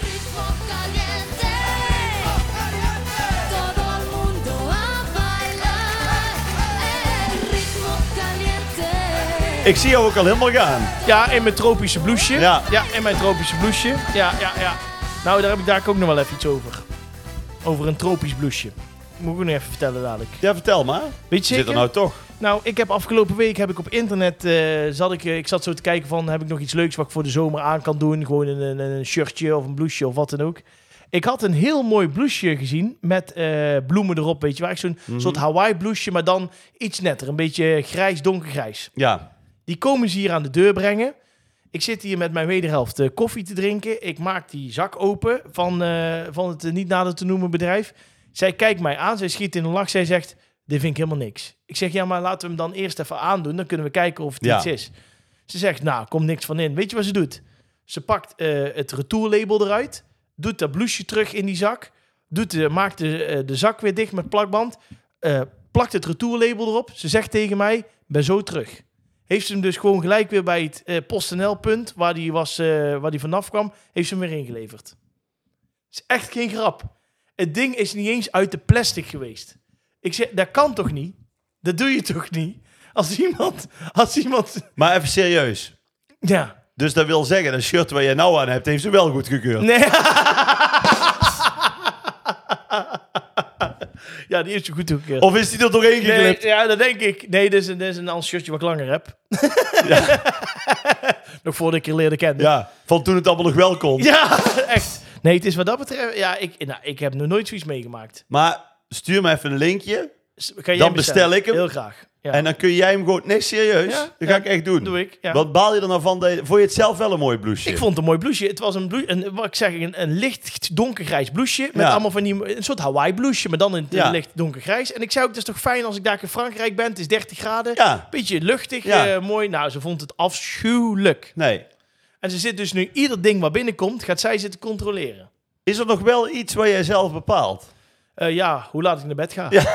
Ik zie jou ook al helemaal gaan. Ja, in mijn tropische blouseje. Ja. Ja, in mijn tropische blouseje. Ja, ja, ja. Nou, daar heb ik daar ook nog wel even iets over. Over een tropisch blouseje. Moet ik ook nog even vertellen dadelijk. Ja, vertel maar. Weet je Zit zeker? er nou toch? Nou, ik heb afgelopen week heb ik op internet uh, zat ik, uh, ik zat zo te kijken van heb ik nog iets leuks wat ik voor de zomer aan kan doen, gewoon een, een, een shirtje of een blouseje of wat dan ook. Ik had een heel mooi blouseje gezien met uh, bloemen erop, weet je waar, zo'n Mhm. soort Hawaii blouseje, maar dan iets netter, een beetje grijs, donkergrijs. Ja. Die komen ze hier aan de deur brengen. Ik zit hier met mijn wederhelft uh, koffie te drinken. Ik maak die zak open van, uh, van het uh, niet nader te noemen bedrijf. Zij kijkt mij aan, zij schiet in een lach, zij zegt, dit vind ik helemaal niks. Ik zeg, ja, maar laten we hem dan eerst even aandoen. Dan kunnen we kijken of het Ja. iets is. Ze zegt, nou, komt niks van in. Weet je wat ze doet? Ze pakt uh, het retourlabel eruit. Doet dat blouseje terug in die zak. Doet de, maakt de, uh, de zak weer dicht met plakband. Uh, plakt het retourlabel erop. Ze zegt tegen mij, ben zo terug. Heeft ze hem dus gewoon gelijk weer bij het uh, PostNL-punt... waar die, was, uh, waar die vanaf kwam, heeft ze hem weer ingeleverd. Is echt geen grap. Het ding is niet eens uit de plastic geweest. Ik zeg, dat kan toch niet? Dat doe je toch niet? Als iemand... Als iemand Maar even serieus. ja. Dus dat wil zeggen, dat shirt waar jij nou aan hebt, heeft ze wel goed gekeurd. Nee. Ja, die is zo goed toegekeurd. Of is die er doorheen Nee, geklipt? ja, dat denk ik. Nee, dit is een, dit is een ander shirtje wat ik langer heb. Ja. Nog voordat ik je leerde kennen. Ja, van toen het allemaal nog wel kon. Ja, echt. Nee, het is wat dat betreft... Ja, ik, nou, ik heb nog nooit zoiets meegemaakt. Maar stuur me even een linkje. S- Kan jij Dan hem bestel bestellen? ik hem. Heel graag. Ja. En dan kun jij hem gewoon... Nee, serieus. Ja, dat ja. ga ik echt doen. Doe ik, ja. Wat baal je er nou van? Dat je, vond je het zelf wel een mooi blouseje? Ik vond het een mooi blouseje. Het was een, blouse, een, wat ik zeg, een, een licht donkergrijs blouseje. Met Ja. allemaal van die... Een soort Hawaii blouseje, maar dan in het Ja. licht donkergrijs. En ik zei ook, het is toch fijn als ik daar in Frankrijk ben. Het is dertig graden. Ja. Beetje luchtig, Ja. eh, mooi. Nou, ze vond het afschuwelijk. Nee. En ze zit dus nu, ieder ding wat binnenkomt, gaat zij zitten controleren. Is er nog wel iets wat jij zelf bepaalt? Uh, ja, hoe laat ik naar bed ga. Ja.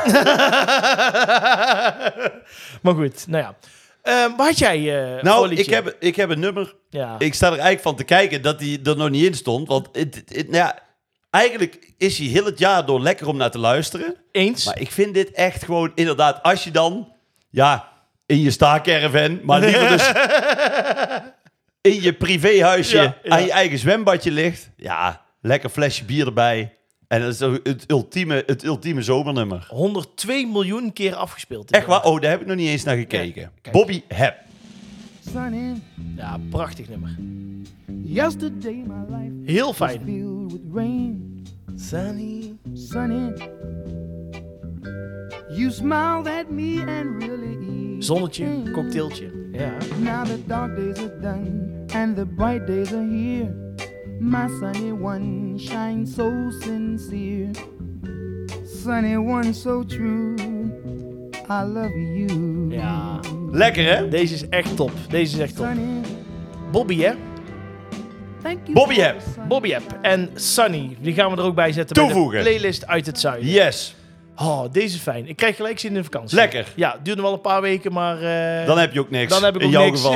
Maar goed, nou ja. Uh, wat had jij uh, Nou, ik heb, ik heb een nummer. Ja. Ik sta er eigenlijk van te kijken dat die er nog niet in stond. Want het, het, het- nou ja, eigenlijk is hij heel het jaar door lekker om naar te luisteren. Eens. Maar ik vind dit echt gewoon inderdaad, als je dan, ja, in je staakerven, maar liever dus in je privéhuisje Ja, ja. aan je eigen zwembadje ligt. Ja, lekker flesje bier erbij. En dat is toch het ultieme, het ultieme zomernummer. honderdtwee miljoen keer afgespeeld. Echt waar? Oh, daar heb ik nog niet eens naar gekeken. Ja, kijk. Bobby Hebb. Sunny, Ja, prachtig nummer. yesterday my life Heel was fijn. filled with rain. Sunny. Sunny, You smiled at me and really eased Zonnetje, the pain. cocktailtje. Ja. Now the dark days are done and the bright days are here. My sunny one shines so sincere. Sunny one so true. I love you. Ja. Lekker, hè? Deze is echt top. Deze is echt top. Sunny, Bobby, hè? thank you. Bobby for App. the sun. Bobby App en Sunny. Die gaan we er ook bij zetten Toevoegen. bij de playlist uit het zuiden. Yes. Oh, deze is fijn. Ik krijg gelijk zin in de vakantie. Lekker. Ja, het duurde wel een paar weken, maar... eh, Dan heb je ook niks. dan heb ik in ook jouw niks. geval.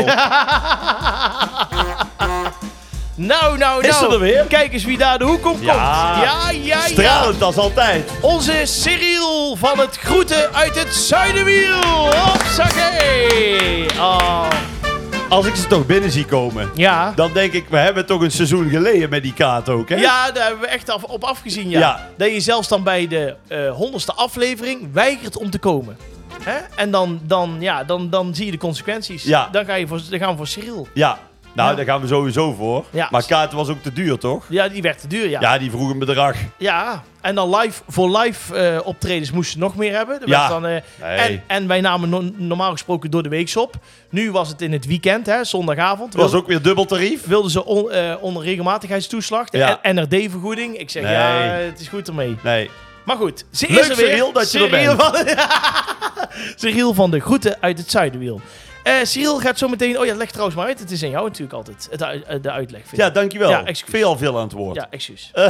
nou, nou, nou. Is ze er weer? Kijk eens wie daar de hoek op Ja. komt. Ja, ja, ja. Stralend als altijd. Onze Cyril van het Groeten uit het Zuidenwiel. Hopsakee. Oh. Als ik ze toch binnen zie komen, Ja. dan denk ik, we hebben toch een seizoen geleden met die kaart ook, hè? Ja, daar hebben we echt af, op afgezien, ja. Ja. Dat je zelfs dan bij de eh, honderdste aflevering weigert om te komen. Hè? En dan, dan, ja, dan, dan zie je de consequenties. Ja. Dan, ga je voor, dan gaan we voor Cyril. Ja. Nou, Ja. daar gaan we sowieso voor. Ja. Maar kaarten was ook te duur, toch? Ja, die werd te duur, ja. Ja, die vroeg een bedrag. Ja, en dan live, voor live eh, optredens moesten ze nog meer hebben. Er Ja. werd dan, eh, Nee. en, en wij namen no- normaal gesproken door de weeks op. Nu was het in het weekend, hè, zondagavond. Dat was Wilden- ook weer dubbel tarief. Wilden ze on, eh, onder regelmatigheidstoeslag, de Ja. N R D-vergoeding. Ik zeg, Nee. ja, het is goed ermee. Nee. Maar goed, ze Leuk, is er weer. Cyril, dat je er Cyril bent. Van, Cyril van de Groeten uit het Zuidenwiel. Eh Cyril gaat zo meteen... Oh ja, leg trouwens maar uit. Het is aan jou natuurlijk altijd, het, ui- eh, de uitleg. Vind Ja, ik. dankjewel. Ja, ik excuus. vind je al veel aan het woord. Ja, excuus. Eh.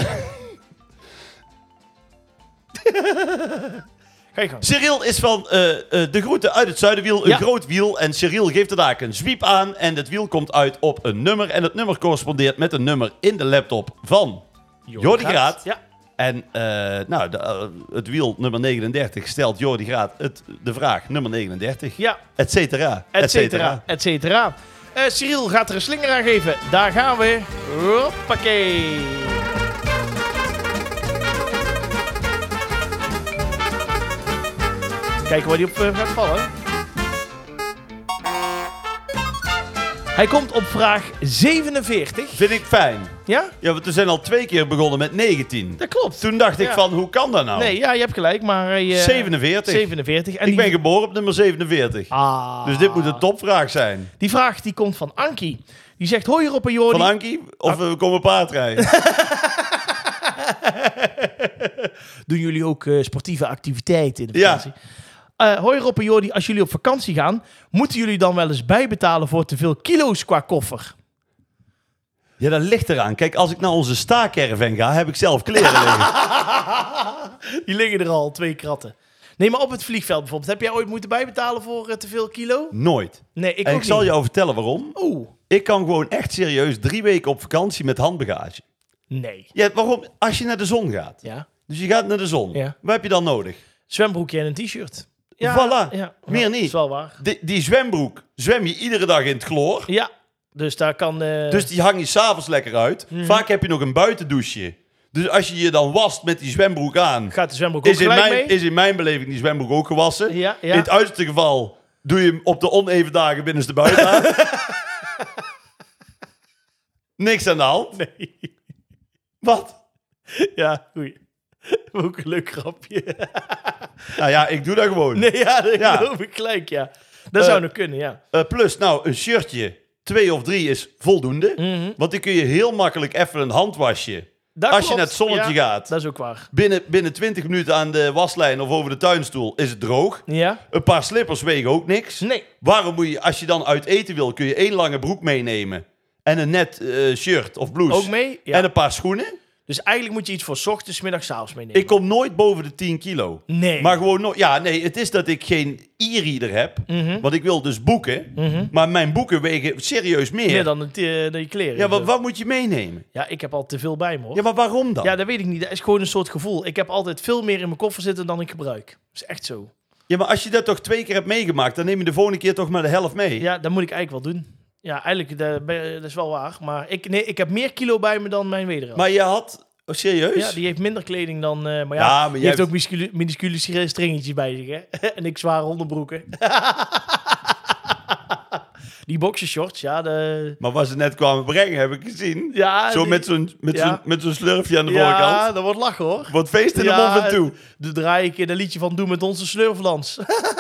Ga je gang. Cyril is van eh, eh, de groeten uit het Zuidenwiel, een Ja. groot wiel. En Cyril geeft er daar een zwiep aan. En het wiel komt uit op een nummer. En het nummer correspondeert met een nummer in de laptop van Jordi Graat. Ja. En eh, nou, de, eh, het wiel nummer negenendertig stelt Jordi Graat het, de vraag nummer negenendertig. Ja, Et cetera. et cetera, et cetera. Eh, Cyril gaat er een slinger aan geven. Daar gaan we. Hoppakee. Kijken waar hij op eh, gaat vallen. Hij komt op vraag zevenenveertig. Vind ik fijn. Ja? Ja, want we zijn al twee keer begonnen met negentien. Dat klopt. Toen dacht ik Ja. van, hoe kan dat nou? Nee, ja, je hebt gelijk, maar... hij, eh, zevenenveertig. zevenenveertig. En Ik die... ben geboren op nummer zevenenveertig. Ah. Dus dit moet een topvraag zijn. Die vraag die komt van Ankie. Die zegt, hoi Rob en Jordi. Van Ankie? Of we komen paardrijden? Doen jullie ook eh, sportieve activiteiten in de Ja. vakantie? Eh hoi Rob en Jordi, als jullie op vakantie gaan, moeten jullie dan wel eens bijbetalen voor te veel kilo's qua koffer? Ja, dat ligt eraan. Kijk, als ik naar onze staakerven ga, heb ik zelf kleren liggen. Die liggen er al, twee kratten. Nee, maar op het vliegveld bijvoorbeeld. Heb jij ooit moeten bijbetalen voor eh, te veel kilo? Nooit. Nee, ik En ook ik zal niet. jou vertellen waarom. Oeh, Ik kan gewoon echt serieus drie weken op vakantie met handbagage. nee. Ja, waarom? Als je naar de zon gaat. Ja. Dus je gaat naar de zon. Ja. Wat heb je dan nodig? Zwembroekje en een t-shirt. Voilà. Ja. Meer Ja, niet. Dat is wel waar. Die, die zwembroek zwem je iedere dag in het chloor. Ja, dus daar kan... eh, Dus die hang je s'avonds lekker uit. Mhm. Vaak heb je nog een buitendouche. Dus als je je dan wast met die zwembroek aan... gaat de zwembroek ook Is in, gelijk mijn, mee? is in mijn beleving die zwembroek ook gewassen. Ja, ja. In het uiterste geval doe je hem op de oneven dagen binnenste buiten aan. Niks aan de hand. Nee. Wat? Ja, goeie. Ook een leuk grapje. Nou ja, ik doe dat gewoon. Nee, ja, dat Ja. geloof ik gelijk, ja. Dat Eh, zou nog kunnen, ja. Uh, plus, nou, een shirtje, twee of drie is voldoende. Mhm. Want die kun je heel makkelijk even een handwasje. Dat Als je klopt. naar het zonnetje Ja, gaat. Dat is ook waar. Binnen, binnen twintig minuten aan de waslijn of over de tuinstoel is het droog. Ja? Een paar slippers wegen ook niks. Nee. Waarom moet je, als je dan uit eten wil, kun je één lange broek meenemen. En een net eh, shirt of blouse. Ook mee? Ja. En een paar schoenen. Dus eigenlijk moet je iets voor 's ochtends, 's middags, 's avonds meenemen. Ik kom nooit boven de tien kilo. Nee. Maar gewoon nooit. Ja, nee, het is dat ik geen e-reader heb. Mhm. Want ik wil dus boeken. Mhm. Maar mijn boeken wegen serieus meer. Meer dan, het, eh, dan je kleren. Ja, maar wat moet je meenemen? Ja, ik heb al te veel bij me, hoor. Ja, maar waarom dan? Ja, dat weet ik niet. Dat is gewoon een soort gevoel. Ik heb altijd veel meer in mijn koffer zitten dan ik gebruik. Dat is echt zo. Ja, maar als je dat toch twee keer hebt meegemaakt, dan neem je de volgende keer toch maar de helft mee. Ja, dat moet ik eigenlijk wel doen. Ja, eigenlijk, dat, dat is wel waar. Maar ik, nee, ik heb meer kilo bij me dan mijn wederhelft. Maar je had... Oh, serieus? Ja, die heeft minder kleding dan... eh, maar ja, Ja, maar die jij heeft hebt- ook minuscule, minuscule stringetjes bij zich, hè. En ik zware onderbroeken. Die boxershorts, ja. De... Maar wat ze net kwamen brengen, heb ik gezien. ja Zo die... met zo'n met ja. zo'n met zo'n slurfje aan de ja, voorkant. Ja, dat wordt lachen hoor. Wordt feest in de Ja, mond en toe. Dan draai ik in een liedje van Doe met onze slurflans.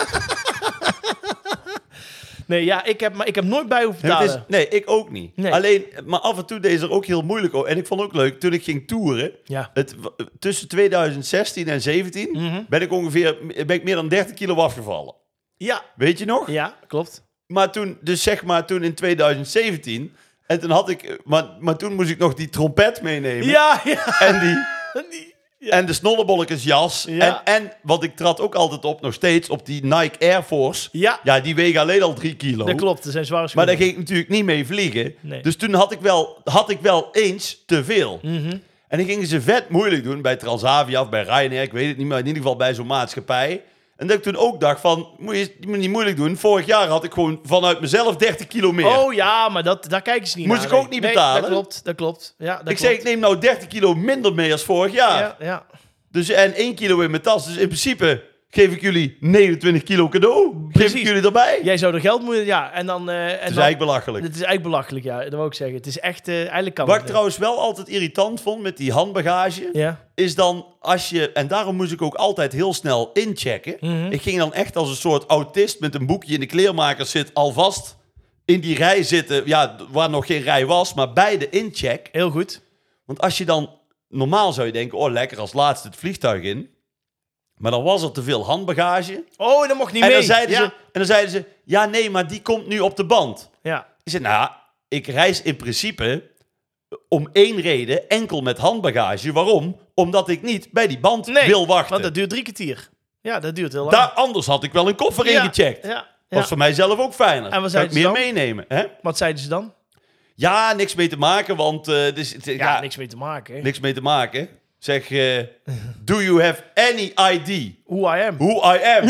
Nee, ja, ik heb, maar ik heb nooit bij hoeven Nee, het betalen. is, nee, ik ook niet. Nee. Alleen, maar af en toe deed er ook heel moeilijk over. En ik vond ook leuk, toen ik ging toeren, Ja. het, w- tussen twintig zestien en zeventien, Mhm. ben ik ongeveer ben ik meer dan dertig kilo afgevallen. Ja, Weet je nog? ja, klopt. Maar toen, dus zeg maar toen in twintig zeventien, en toen had ik, maar, maar toen moest ik nog die trompet meenemen. Ja, ja. En die... Die- En de snollebolletjesjas. Ja. En, en wat ik trad ook altijd op, nog steeds, op die Nike Air Force. Ja, Ja, die wegen alleen al drie kilo. dat klopt. Er zijn zware Maar schoenen. daar ging ik natuurlijk niet mee vliegen. Nee. Dus toen had ik, wel, had ik wel eens te veel. Mhm. En dan gingen ze vet moeilijk doen bij Transavia of bij Ryanair. Ik weet het niet, maar in ieder geval bij zo'n maatschappij. En dat ik toen ook dacht van, moet je, je moet niet moeilijk doen. Vorig jaar had ik gewoon vanuit mezelf dertig kilo meer. Oh ja, maar dat, daar kijken ze niet Moest naar. ik ook nee. niet Nee, betalen? dat klopt, dat klopt. Ja, dat ik klopt. zei, ik neem nou dertig kilo minder mee als vorig jaar. Ja, ja. Dus, en één kilo in mijn tas. Dus in principe geef ik jullie negenentwintig kilo cadeau. Geef Precies. ik jullie erbij. Jij zou er geld moeten... Ja, en dan... eh, en Het is dan, eigenlijk belachelijk. Het is eigenlijk belachelijk, ja. Dat wou ik zeggen. Het is echt... eh eigenlijk kan Wat het ik niet. trouwens wel altijd irritant vond met die handbagage... Ja. is dan als je... En daarom moest ik ook altijd heel snel inchecken. Mhm. Ik ging dan echt als een soort autist met een boekje in de kleermaker zit... alvast in die rij zitten, ja, waar nog geen rij was... maar bij de incheck. Heel goed. Want als je dan... Normaal zou je denken, oh lekker als laatste het vliegtuig in... Maar dan was er te veel handbagage. Oh, dat mocht niet En mee. dan, zeiden ja. ze, en dan zeiden ze, ja nee, maar die komt nu op de band. Ja. Ik zei, nou, ik reis in principe om één reden enkel met handbagage. Waarom? Omdat ik niet bij die band Nee, wil wachten. want dat duurt drie kwartier. Ja, dat duurt heel lang. Daar, anders had ik wel een koffer ja. ingecheckt. Ja. Ja. Was voor mij zelf ook fijner. En wat Zou ik zeiden meer ze dan? meenemen. Hè? Wat zeiden ze dan? Ja, niks mee te maken, want... Uh, dus, ja, Ja, niks mee te maken. hè. niks mee te maken. Zeg, uh, do you have any idea Who I am. who I am?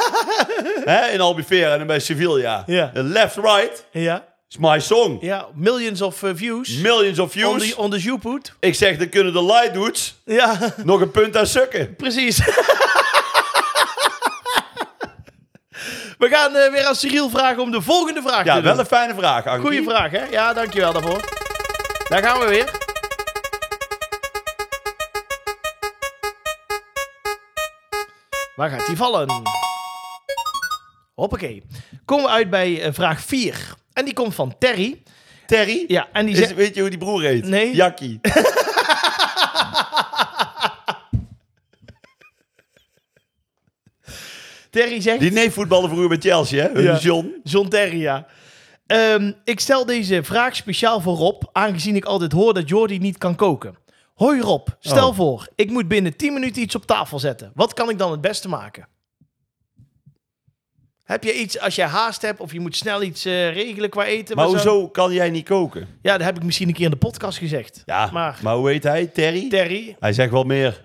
Hè, in Albufeira en bij Sevilla. Ja. The left, right Ja. is my song. Ja, millions of uh, views. Millions of On views. the, on the Zooput. Ik zeg, dan kunnen de light dudes Ja, nog een punt aan sukken. precies. We gaan uh, weer aan Cyril vragen om de volgende vraag Ja, te wel doen. een fijne vraag, Ankie. Goeie vraag, hè? Ja, dankjewel daarvoor. Daar gaan we weer. Waar gaat die vallen? Hoppakee. Komen we uit bij uh, vraag vier. En die komt van Terry. Terry? Ja, en die Is- zegt... weet je hoe die broer heet? Nee. Jakkie. Terry zegt... Die neef voetbalde vroeger bij Chelsea, hè? Hun Ja. John. John Terry, ja. Ehm, ik stel deze vraag speciaal voor Rob, aangezien ik altijd hoor dat Jordi niet kan koken. Hoi Rob, stel Oh. voor, ik moet binnen tien minuten iets op tafel zetten. Wat kan ik dan het beste maken? Heb je iets, als je haast hebt of je moet snel iets eh, regelen qua eten? Maar wat zou- hoezo kan jij niet koken? Ja, dat heb ik misschien een keer in de podcast gezegd. Ja, Maar- maar, hoe heet hij? Terry? Terry? Hij zegt wel meer.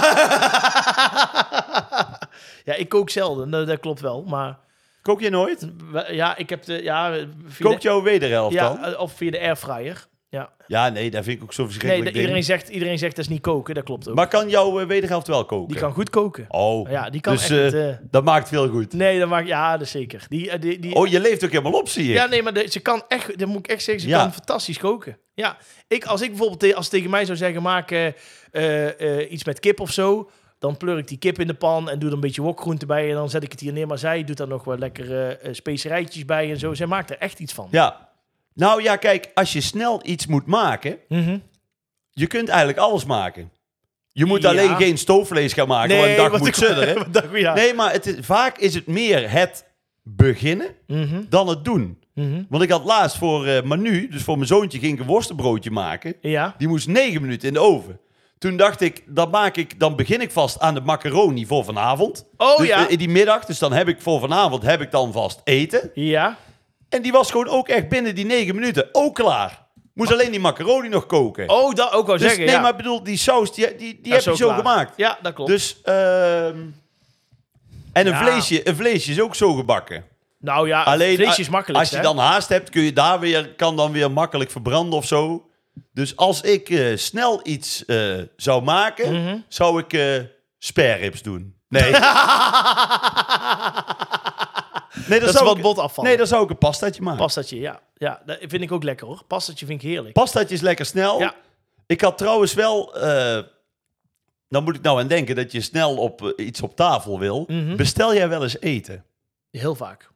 Ja, ik kook zelden, dat, dat klopt wel. Maar Kook je nooit? we- ja, ik heb de... Ja, via Kookt de, jouw wederhelft ja, dan? eh, of via de airfryer. Ja. Ja, nee, dat vind ik ook zo Nee, verschrikkelijk de- ding. iedereen, zegt, iedereen zegt dat is niet koken, dat klopt ook. Maar kan jouw uh, wederhelft wel koken? Die kan goed koken. Oh, Ja, die kan dus echt... eh, eh, dat maakt veel goed. nee, dat maakt... Ja, dat is zeker. Die, eh, die, die, Oh, je leeft ook helemaal op, zie je. ja, nee, maar de- ze kan echt... Dat moet ik echt zeggen, ze Ja. kan fantastisch koken. Ja, ik, als ik bijvoorbeeld... te- Als ze tegen mij zou zeggen, maak eh, eh, eh, iets met kip of zo... Dan pleur ik die kip in de pan en doe er een beetje wokgroente bij... En dan zet ik het hier neer. Maar zij doet daar nog wel lekkere eh, specerijtjes bij en zo. Zij maakt er echt iets van. Ja. Nou ja, kijk, als je snel iets moet maken... Mhm. Je kunt eigenlijk alles maken. Je moet Ja. alleen geen stoofvlees gaan maken, waar een dag wat moet ik- sudderen. wat dacht ik, ja. Nee, maar het is, vaak is het meer het beginnen Mhm, dan het doen. mhm. Want ik had laatst voor eh, Manu, dus voor mijn zoontje, ging ik een worstenbroodje maken. Ja. Die moest negen minuten in de oven. Toen dacht ik, dan, maak ik, dan begin ik vast aan de macaroni voor vanavond. Oh dus, ja. eh, in die middag, dus dan heb ik voor vanavond heb ik dan vast eten. Ja. En die was gewoon ook echt binnen die negen minuten ook klaar. Moest alleen die macaroni nog koken. Oh, dat ook wel dus, zeggen, nee, ja. maar ik bedoel, die saus, die, die, die Dat heb is je ook zo klaar. gemaakt. Ja, dat klopt. Dus, ehm en een, Ja. vleesje, een vleesje is ook zo gebakken. nou ja, Alleen vleesje is a- makkelijk. als je dan haast hebt, kun je daar weer, kan dan weer makkelijk verbranden of zo. Dus als ik eh, snel iets eh, zou maken, Mhm. zou ik eh spare ribs doen. Nee. Nee, dat zou is wat ik- bot afvallen. Nee, dan zou ik een pastaatje maken. Pastaatje, ja. Ja, dat vind ik ook lekker hoor. Pastaatje vind ik heerlijk. Pastaatje is lekker snel. Ja. Ik had trouwens wel... eh, dan moet ik nou aan denken dat je snel op eh, iets op tafel wil. Mhm. Bestel jij wel eens eten? Heel vaak.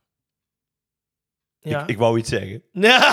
Ja. Ik, ik wou iets zeggen.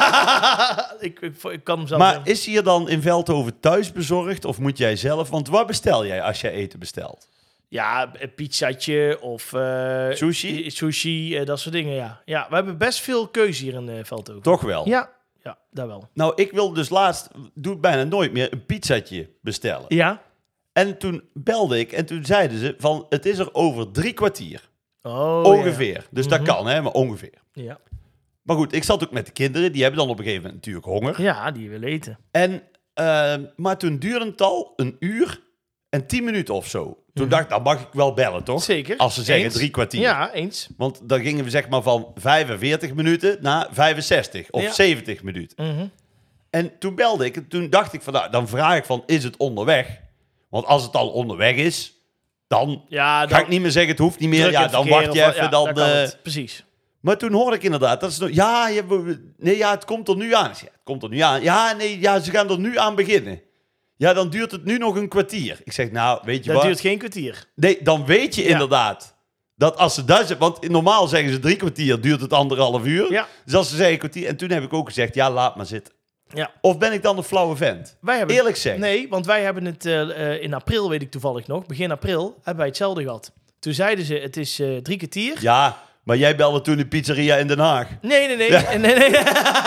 Ja, ik, ik, ik kan hem zelf Maar zeggen. is hier dan in Veldhoven thuis bezorgd of moet jij zelf? Want wat bestel jij als jij eten bestelt? Ja, een pizzatje of... eh, Sushi? i- Sushi, eh, dat soort dingen, ja. Ja, we hebben best veel keuze hier in uh, Veldhoven. Toch wel? Ja, ja, daar wel. Nou, ik wil dus laatst, doe het bijna nooit meer, een pizzatje bestellen. Ja? En toen belde ik en toen zeiden ze van, het is er over drie kwartier. Oh, ongeveer. Dus Mhm. dat kan, hè, maar ongeveer. Ja. Ja. Maar goed, ik zat ook met de kinderen. Die hebben dan op een gegeven moment natuurlijk honger. Ja, die wil eten. En, eh, maar toen duurde het al een uur en tien minuten of zo. Toen Mhm. dacht ik, dan mag ik wel bellen, toch? Zeker. Als ze zeggen Eens. drie kwartier. Ja, eens. Want dan gingen we zeg maar van vijfenveertig minuten naar vijfenzestig of Ja. zeventig minuten. Mhm. En toen belde ik en toen dacht ik van, nou, dan vraag ik van, is het onderweg? Want als het al onderweg is, dan Ja, ga ik niet meer zeggen, het hoeft niet meer. druk Ja, het dan verkeer wacht je of- even. ja, dan, dan kan eh, het. Precies. Maar toen hoorde ik inderdaad, dat is nog, ja, je, we- nee, ja, het komt er nu aan. Ik zeg, het komt er nu aan. Ja, nee, ja, ze gaan er nu aan beginnen. Ja, dan duurt het nu nog een kwartier. Ik zeg, nou, weet je Dat wat? duurt geen kwartier. Nee, dan weet je Ja. inderdaad dat als ze dat zeggen, want normaal zeggen ze drie kwartier, duurt het anderhalf uur. Ja. Dus als ze zeggen een kwartier, en toen heb ik ook gezegd, ja, laat maar zitten. Ja. Of ben ik dan een flauwe vent? Wij hebben, Eerlijk zeggen. Nee, want wij hebben het eh, eh, in april, weet ik toevallig nog, begin april, hebben wij hetzelfde gehad. Toen zeiden ze, het is eh, drie kwartier. Ja, maar jij belde toen de pizzeria in Den Haag. Nee, nee, nee. Ja. nee, nee.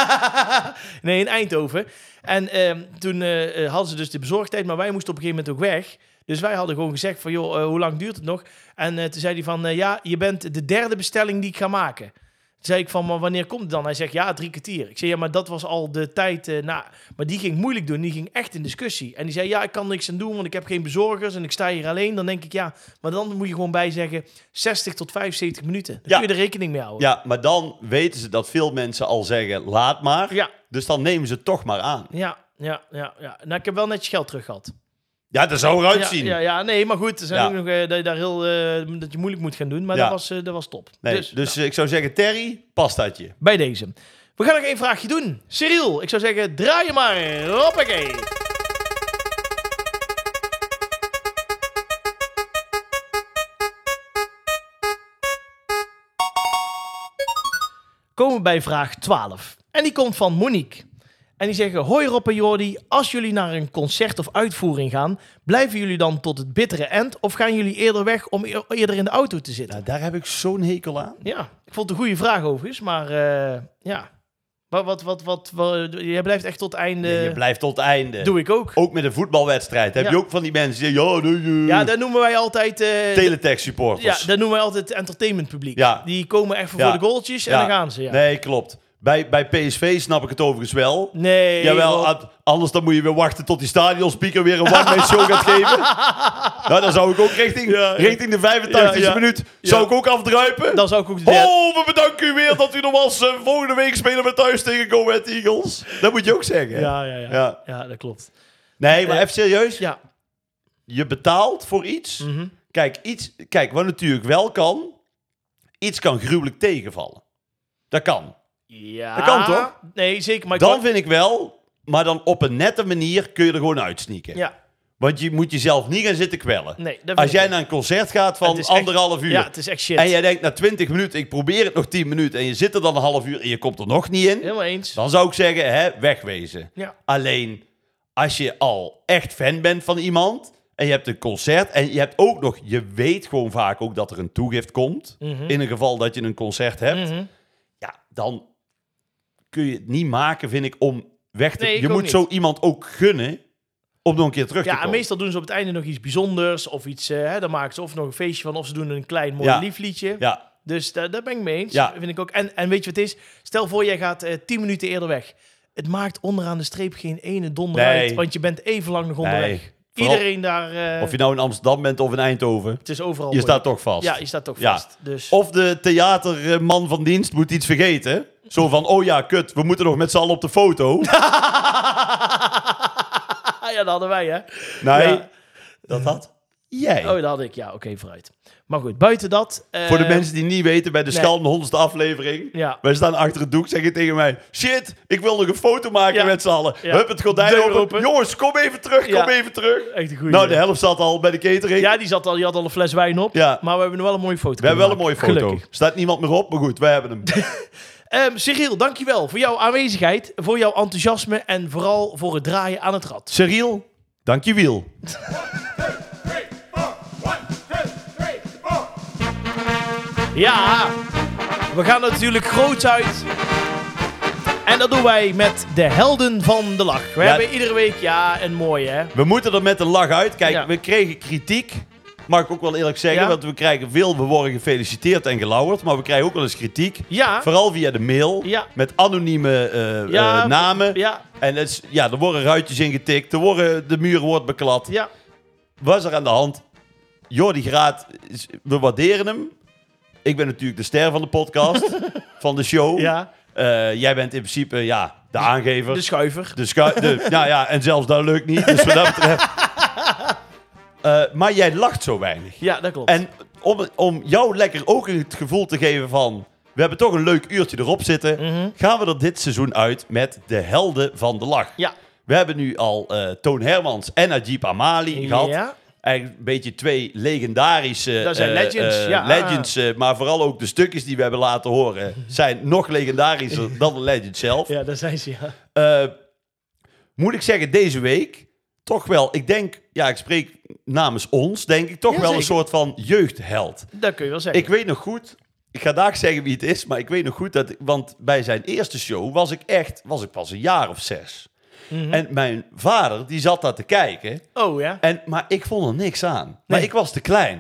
nee, in Eindhoven. En ehm, toen eh, hadden ze dus de bezorgdheid, maar wij moesten op een gegeven moment ook weg. Dus wij hadden gewoon gezegd van, joh, eh, hoe lang duurt het nog? En eh, toen zei hij van, eh, ja, je bent de derde bestelling die ik ga maken. Toen zei ik van, maar wanneer komt het dan? Hij zegt, ja, drie kwartier. Ik zei, ja, maar dat was al de tijd. Uh, nou, maar die ging moeilijk doen. Die ging echt in discussie. En die zei, ja, ik kan niks aan doen, want ik heb geen bezorgers en ik sta hier alleen. Dan denk ik, ja, maar dan moet je gewoon bij zeggen zestig tot vijfenzeventig minuten. Dan Ja. kun je er rekening mee houden. Ja, maar dan weten ze dat veel mensen al zeggen, laat maar. Ja, Dus dan nemen ze het toch maar aan. ja, ja, ja. ja. Nou, ik heb wel netjes geld terug gehad. Ja, dat zou eruit zien. Ja, ja, ja, nee, maar goed, er zijn Ja. ook nog eh, dat je daar heel eh, dat je moeilijk moet gaan doen, maar Ja. dat was eh, dat was top. Nee, dus dus, nou, eh, ik zou zeggen, Terry, pastaatje. bij deze. We gaan nog één vraagje doen. Cyril, ik zou zeggen, draai je maar. Hoppakee. Komen we bij vraag twaalf. En die komt van Monique. En die zeggen, hoi Rob en Jordi, als jullie naar een concert of uitvoering gaan, blijven jullie dan tot het bittere eind of gaan jullie eerder weg om e- eerder in de auto te zitten? Nou, daar heb ik zo'n hekel aan. Ja, ik vond het een goede vraag overigens, maar eh, ja. Wat, wat, wat, wat, wat, jij blijft echt tot het einde. Ja, je blijft tot het einde. Doe ik ook. Ook met een voetbalwedstrijd heb Ja. je ook van die mensen die zeggen, ja, nee, eh, Ja, dat noemen wij altijd... eh, teletext ja, supporters. dat noemen wij altijd entertainmentpubliek. Ja. Die komen echt voor, Ja. voor de goaltjes en Ja. dan gaan ze. Ja. Nee, klopt. Bij, bij P S V snap ik het overigens wel. Nee. Jawel, Rob. ad- anders dan moet je weer wachten tot die stadionspeaker weer een one-man show gaat geven. Nou, dan zou ik ook richting, Ja. richting de vijfentachtigste Ja, ja. minuut, Ja. zou ik ook afdruipen. Dan zou ik ook... Oh, we bedanken u weer dat u nogmaals uh, volgende week spelen met thuis tegen Go Ahead Eagles. Dat moet je ook zeggen. Ja, ja, ja. Ja. Ja, dat klopt. Nee, maar Eh, even serieus. Ja. Je betaalt voor iets. Mhm. Kijk, iets, kijk, wat natuurlijk wel kan, iets kan gruwelijk tegenvallen. Dat kan. Ja. Dat kan toch? Nee, zeker. Maar ik Dan wou- vind ik wel, maar dan op een nette manier kun je er gewoon uitsneaken. Ja. Want je moet jezelf niet gaan zitten kwellen. Nee, dat vind Als ik jij ook. naar een concert gaat van Het is echt- anderhalf uur. Ja, het is echt shit. En jij denkt na twintig minuten, ik probeer het nog tien minuten. En je zit er dan een half uur en je komt er nog niet in. Helemaal eens. Dan zou ik zeggen, hè, wegwezen. Ja. Alleen, als je al echt fan bent van iemand. En je hebt een concert. En je hebt ook nog, je weet gewoon vaak ook dat er een toegift komt. Mhm. In een geval dat je een concert hebt. Mhm. Ja, dan kun je het niet maken, vind ik, om weg te... Nee, ik je ook moet niet. zo iemand ook gunnen om nog een keer terug te Ja, en komen. meestal doen ze op het einde nog iets bijzonders. Of iets, eh, hè, dan maken ze of nog een feestje van. Of ze doen een klein mooi Ja. liefliedje. Ja, Dus da- daar ben ik mee eens. Ja. Vind ik ook. En, en weet je wat het is? Stel voor, jij gaat eh, tien minuten eerder weg. Het maakt onderaan de streep geen ene donder Nee. uit. Want je bent even lang nog onderweg. Nee. Vooral- Iedereen daar... eh, of je nou in Amsterdam bent of in Eindhoven. het is overal Je mooi. staat toch vast. Ja, je staat toch Ja. vast. Dus... Of de theaterman van dienst moet iets vergeten. Zo van, oh ja, kut, we moeten nog met z'n allen op de foto. ja, dat hadden wij, hè? Nee, Ja. dat had. Jij. Oh, dat had ik. Ja, oké, okay, vooruit. Maar goed, buiten dat... Uh, Voor de mensen die niet weten, bij de nee. Schalm honderdste aflevering. Ja. Wij staan achter het doek, zeg je tegen mij... Shit, ik wil nog een foto maken Ja. met z'n allen. Ja. Hup, het gordijn Deur open. open. Jongens, kom even terug, Ja. kom even terug. Echt een goeie. Nou, de helft zat al bij de catering. Ja, die, zat al, die had al een fles wijn op. Ja. Maar we hebben nog wel een mooie foto. We hebben wel een mooie maken. foto. Gelukkig. Staat niemand meer op, maar goed, wij hebben hem. Um, Cyril, dankjewel voor jouw aanwezigheid, voor jouw enthousiasme en vooral voor het draaien aan het rad. Cyril, dank je wiel. Ja, we gaan natuurlijk groots uit. En dat doen wij met de helden van de lach. We Ja. hebben iedere week, ja, een mooie, hè. We moeten er met een lach uit. Kijk, Ja. we kregen kritiek. Mag ik ook wel eerlijk zeggen. Ja. Want we krijgen veel, we worden gefeliciteerd en gelauwerd. Maar we krijgen ook wel eens kritiek. Ja, Vooral via de mail. Ja. Met anonieme eh, Ja, eh, namen. ja, En het is, ja, er worden ruitjes ingetikt. Er worden, de muur wordt beklad. ja. Wat is er aan de hand? Jordi Graat, is- we waarderen hem. Ik ben natuurlijk de ster van de podcast. van de show. Ja, Eh, jij bent in principe ja, de aangever. de schuiver. De schu- de, nou ja, en zelfs dat lukt niet. Dus wat dat betreft. Eh, maar jij lacht zo weinig. Ja, dat klopt. En om, om jou lekker ook het gevoel te geven van... We hebben toch een leuk uurtje erop zitten. Mhm. Gaan we er dit seizoen uit met de helden van de lach. Ja. We hebben nu al eh, Toon Hermans en Najib Amali gehad. Ja, Eigenlijk een beetje twee legendarische Dat zijn eh, legends, eh, ja. legends eh, maar vooral ook de stukjes die we hebben laten horen... zijn nog legendarischer dan de legend zelf. ja, daar zijn ze, ja. Eh, moet ik zeggen, deze week toch wel, ik denk, ja, ik spreek namens ons, denk ik, toch Ja, wel een zeker. soort van jeugdheld. Dat kun je wel zeggen. Ik weet nog goed, ik ga daar zeggen wie het is, maar ik weet nog goed dat, want bij zijn eerste show was ik echt, was ik pas een jaar of zes. Mhm. En mijn vader, die zat daar te kijken, Oh, ja. en, maar ik vond er niks aan. Maar Nee. ik was te klein.